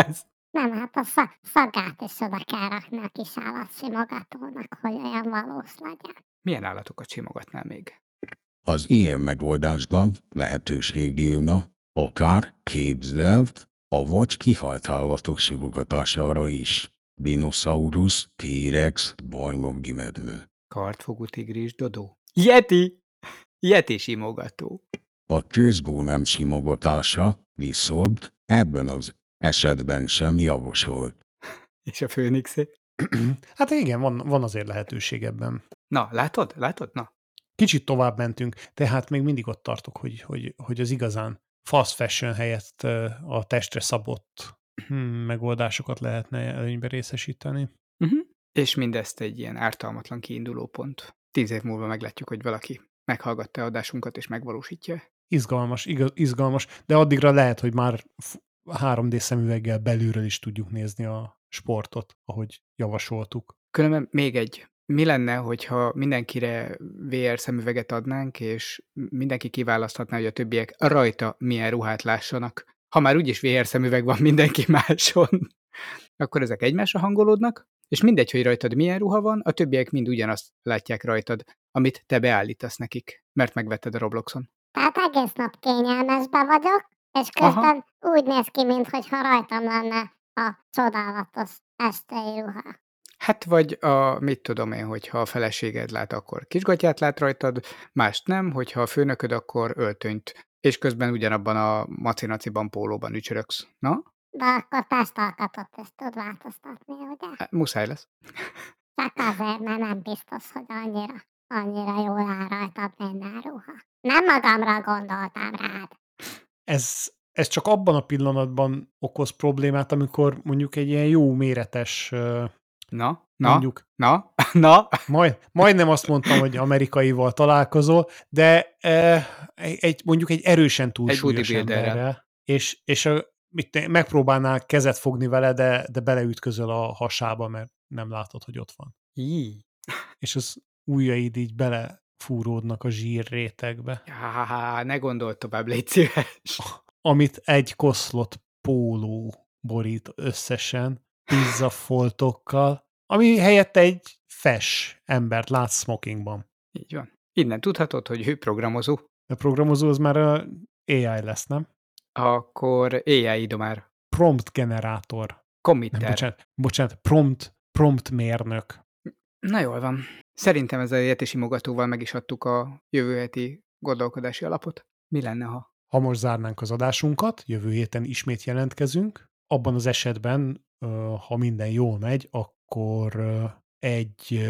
Nem, hát a szag, szagát is oda kell rakni a kis állatsimogatónak, hogy olyan valós legyen. Milyen állatokat simogatnál még? Az ilyen megoldásban lehetőség írna akár képzelt, avagy kihalt állatok simogatására is. Dinoszaurusz, T-rex, barlangi medve. Kartfogú tigris, dodó. Yeti! Yeti simogató. A közgólem simogatása viszont ebben az esetben sem javasolt. És a főnixé. Hát igen, van, van azért lehetőség ebben. Na, látod? Látod? Na. Kicsit tovább mentünk, tehát még mindig ott tartok, hogy, hogy, hogy az igazán fast fashion helyett ö, a testre szabott hmm, megoldásokat lehetne előnybe részesíteni. Uh-huh. És mindezt egy ilyen ártalmatlan kiinduló pont. Tíz év múlva meglátjuk, hogy valaki meghallgatta adásunkat és megvalósítja. Izgalmas, igaz, izgalmas, de addigra lehet, hogy már három dé szemüveggel belülről is tudjuk nézni a sportot, ahogy javasoltuk. Különben még egy. Mi lenne, hogyha mindenkire vé er szemüveget adnánk, és mindenki kiválaszthatná, hogy a többiek rajta milyen ruhát lássanak? Ha már úgyis vé er szemüveg van mindenki máson, akkor ezek egymásra hangolódnak, és mindegy, hogy rajtad milyen ruha van, a többiek mind ugyanazt látják rajtad, amit te beállítasz nekik, mert megvetted a Robloxon. Tehát egész nap kényelmesbe vagyok, és közben Aha. úgy néz ki, mintha rajtam lenne a csodálatos estei ruha. Hát vagy a, mit tudom én, hogyha a feleséged lát, akkor kisgatyát lát rajtad, mást nem, hogyha a főnököd, akkor öltönyt, és közben ugyanabban a macinaciban pólóban ücsöröksz. Na? De akkor testalkatot is tud változtatni, ugye? Hát, muszáj lesz. Csak azért, mert nem biztos, hogy annyira, annyira jól áll rajtad minden ruha. Nem magamra gondoltam rád. Ez, ez csak abban a pillanatban okoz problémát, amikor mondjuk egy ilyen jó méretes... Na, na, mondjuk, na, na. Majd, majdnem azt mondtam, hogy amerikaival találkozol, de e, egy, mondjuk egy erősen túlsúlyos egy emberrel, és, és a, mit, megpróbálnál kezet fogni vele, de, de beleütközöl a hasába, mert nem látod, hogy ott van. Jí. És az ujjaid így belefúródnak a zsír rétegbe. Há, ne gondold tovább, légy szíves. Amit egy koszlott póló borít összesen, pizzafoltokkal, ami helyett egy fes embert látsz smokingban. Így van. Innen tudhatod, hogy ő programozó. A programozó az már a á i lesz, nem? Akkor á i idomár. Prompt generátor. Committer. Nem, bocsánat, bocsánat, prompt, prompt mérnök. Na jól van. Szerintem ezzel a Yeti simogatóval meg is adtuk a jövő heti gondolkodási alapot. Mi lenne, ha? Ha most zárnánk az adásunkat, jövő héten ismét jelentkezünk. Abban az esetben, ha minden jól megy, akkor egy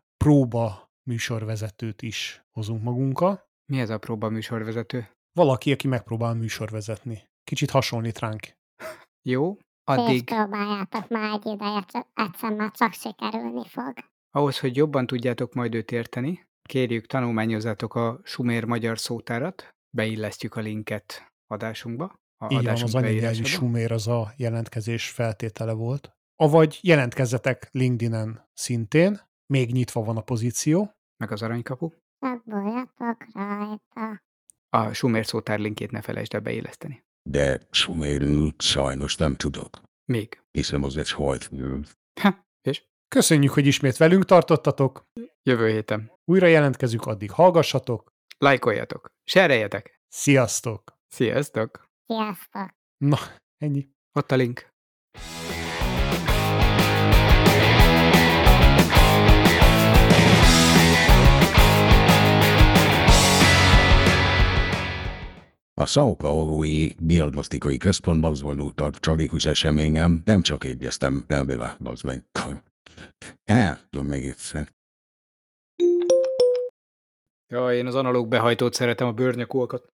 próba műsorvezetőt is hozunk magunkkal. Mi ez a próba műsorvezető? Valaki, aki megpróbál műsorvezetni. Kicsit hasonlít ránk. Jó, addig... És próbáljátok már egy ideje, egyszer már csak sikerülni fog. Ahhoz, hogy jobban tudjátok majd őt érteni, kérjük, tanulmányozzátok a Sumer magyar szótárat, beillesztjük a linket adásunkba. A Így van, az anyanyelvű Sumer az a jelentkezés feltétele volt. Avagy jelentkezzetek LinkedIn-en szintén, még nyitva van a pozíció. Meg az aranykapu. Szaboljatok rajta. A Sumer szótár linkjét ne felejtsd el beilleszteni. De Sumerül sajnos nem tudok. Még. Hiszem az egy holdnyelv. Ha, és? Köszönjük, hogy ismét velünk tartottatok. Jövő héten. Újra jelentkezünk, addig hallgassatok. Lájkoljatok. Sereljetek. Sziasztok. Sziasztok. Sziasztok. Na, ennyi. Ott a link. A São Paulo-i diagnosztikai központban zajló tragikus eseményem nem csak egyeztem elvele, az meg. Eltudom még egyszer. Ja, én az analóg behajtót szeretem, a bőrnyakókat.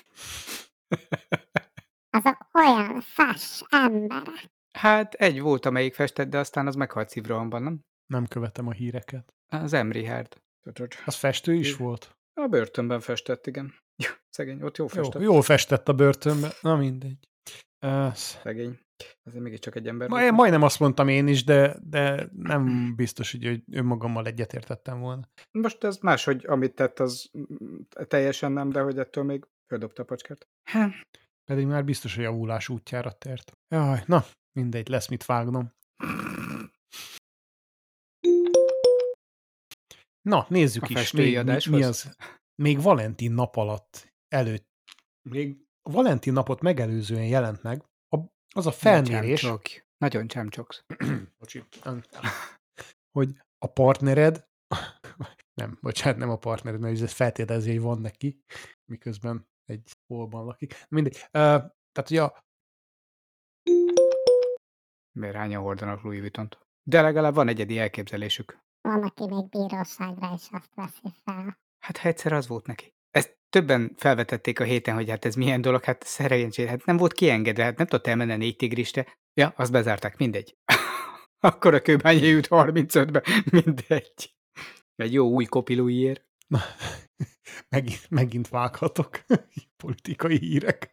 Azok olyan fes emberek. Hát egy volt, amelyik festett, de aztán az meghalt szívrohamban, nem? Nem követem a híreket. Az Emrihárd. Az festő is volt? A börtönben festett, igen. Jó, szegény, ott jó festett. Jó, jól festett a börtönben. Na mindegy. Uh, szegény. Azért mégiscsak egy ember. Ma, majdnem azt mondtam én is, de, de nem biztos, hogy önmagammal egyetértettem volna. Most ez máshogy, amit tett, az teljesen nem, de hogy ettől még földobta a pacskát. Pedig már biztos, hogy javulás útjára tért. Jaj, na, Mindegy, lesz mit vágnom. Na, nézzük A is, festői még mi, mi adáshoz? az. Még Valentin nap alatt előtt, még Valentin napot megelőzően jelent meg a, az a Ne felmérés, csámcsogj. Nagyon csámcsogsz. bocsi, nem, hogy a partnered, nem, bocsánat, nem a partnered, mert ez feltételezi, hogy van neki, miközben egy holban lakik. Mindegy. Uh, tehát ugye a, Miért hányan hordanak Louis Vuittont? De legalább van egyedi elképzelésük. Van, aki még bíróságra is azt veszi fel. Hát ha egyszer az volt neki. Ezt többen felvetették a héten, hogy hát ez milyen dolog, hát szerencsére, hát nem volt kiengedve, hát nem tudott elmenni a négy tigrisre. Ja, azt bezárták, mindegy. Akkor a kőbányai jut harmincötbe, mindegy. Egy jó új kopi Louisért. na, megint, megint vághatok politikai hírek.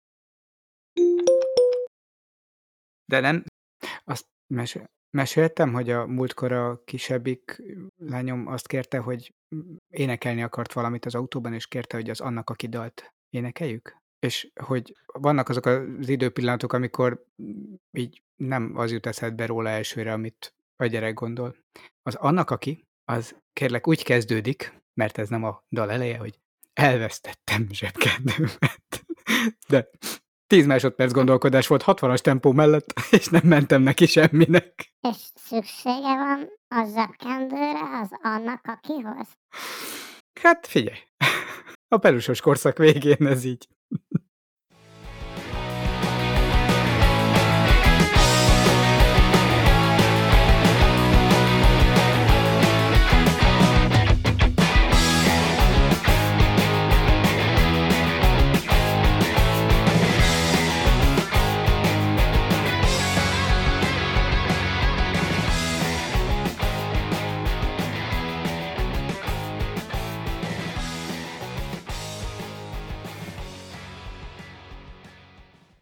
De nem, azt mesél, meséltem, hogy a múltkor a kisebbik lányom azt kérte, hogy énekelni akart valamit az autóban, és kérte, hogy az annak, aki dalt, énekeljük. És hogy vannak azok az időpillanatok, amikor így nem az jut eszedbe róla elsőre, amit a gyerek gondol. Az annak, aki, az kérlek úgy kezdődik, mert ez nem a dal eleje, hogy elvesztettem zsebkendőmet. De tíz másodperc gondolkodás volt hatvanas tempó mellett, és nem mentem neki semminek. És szüksége van a zsebkendőre az annak, akihoz? Hát figyelj, a perusos korszak végén ez így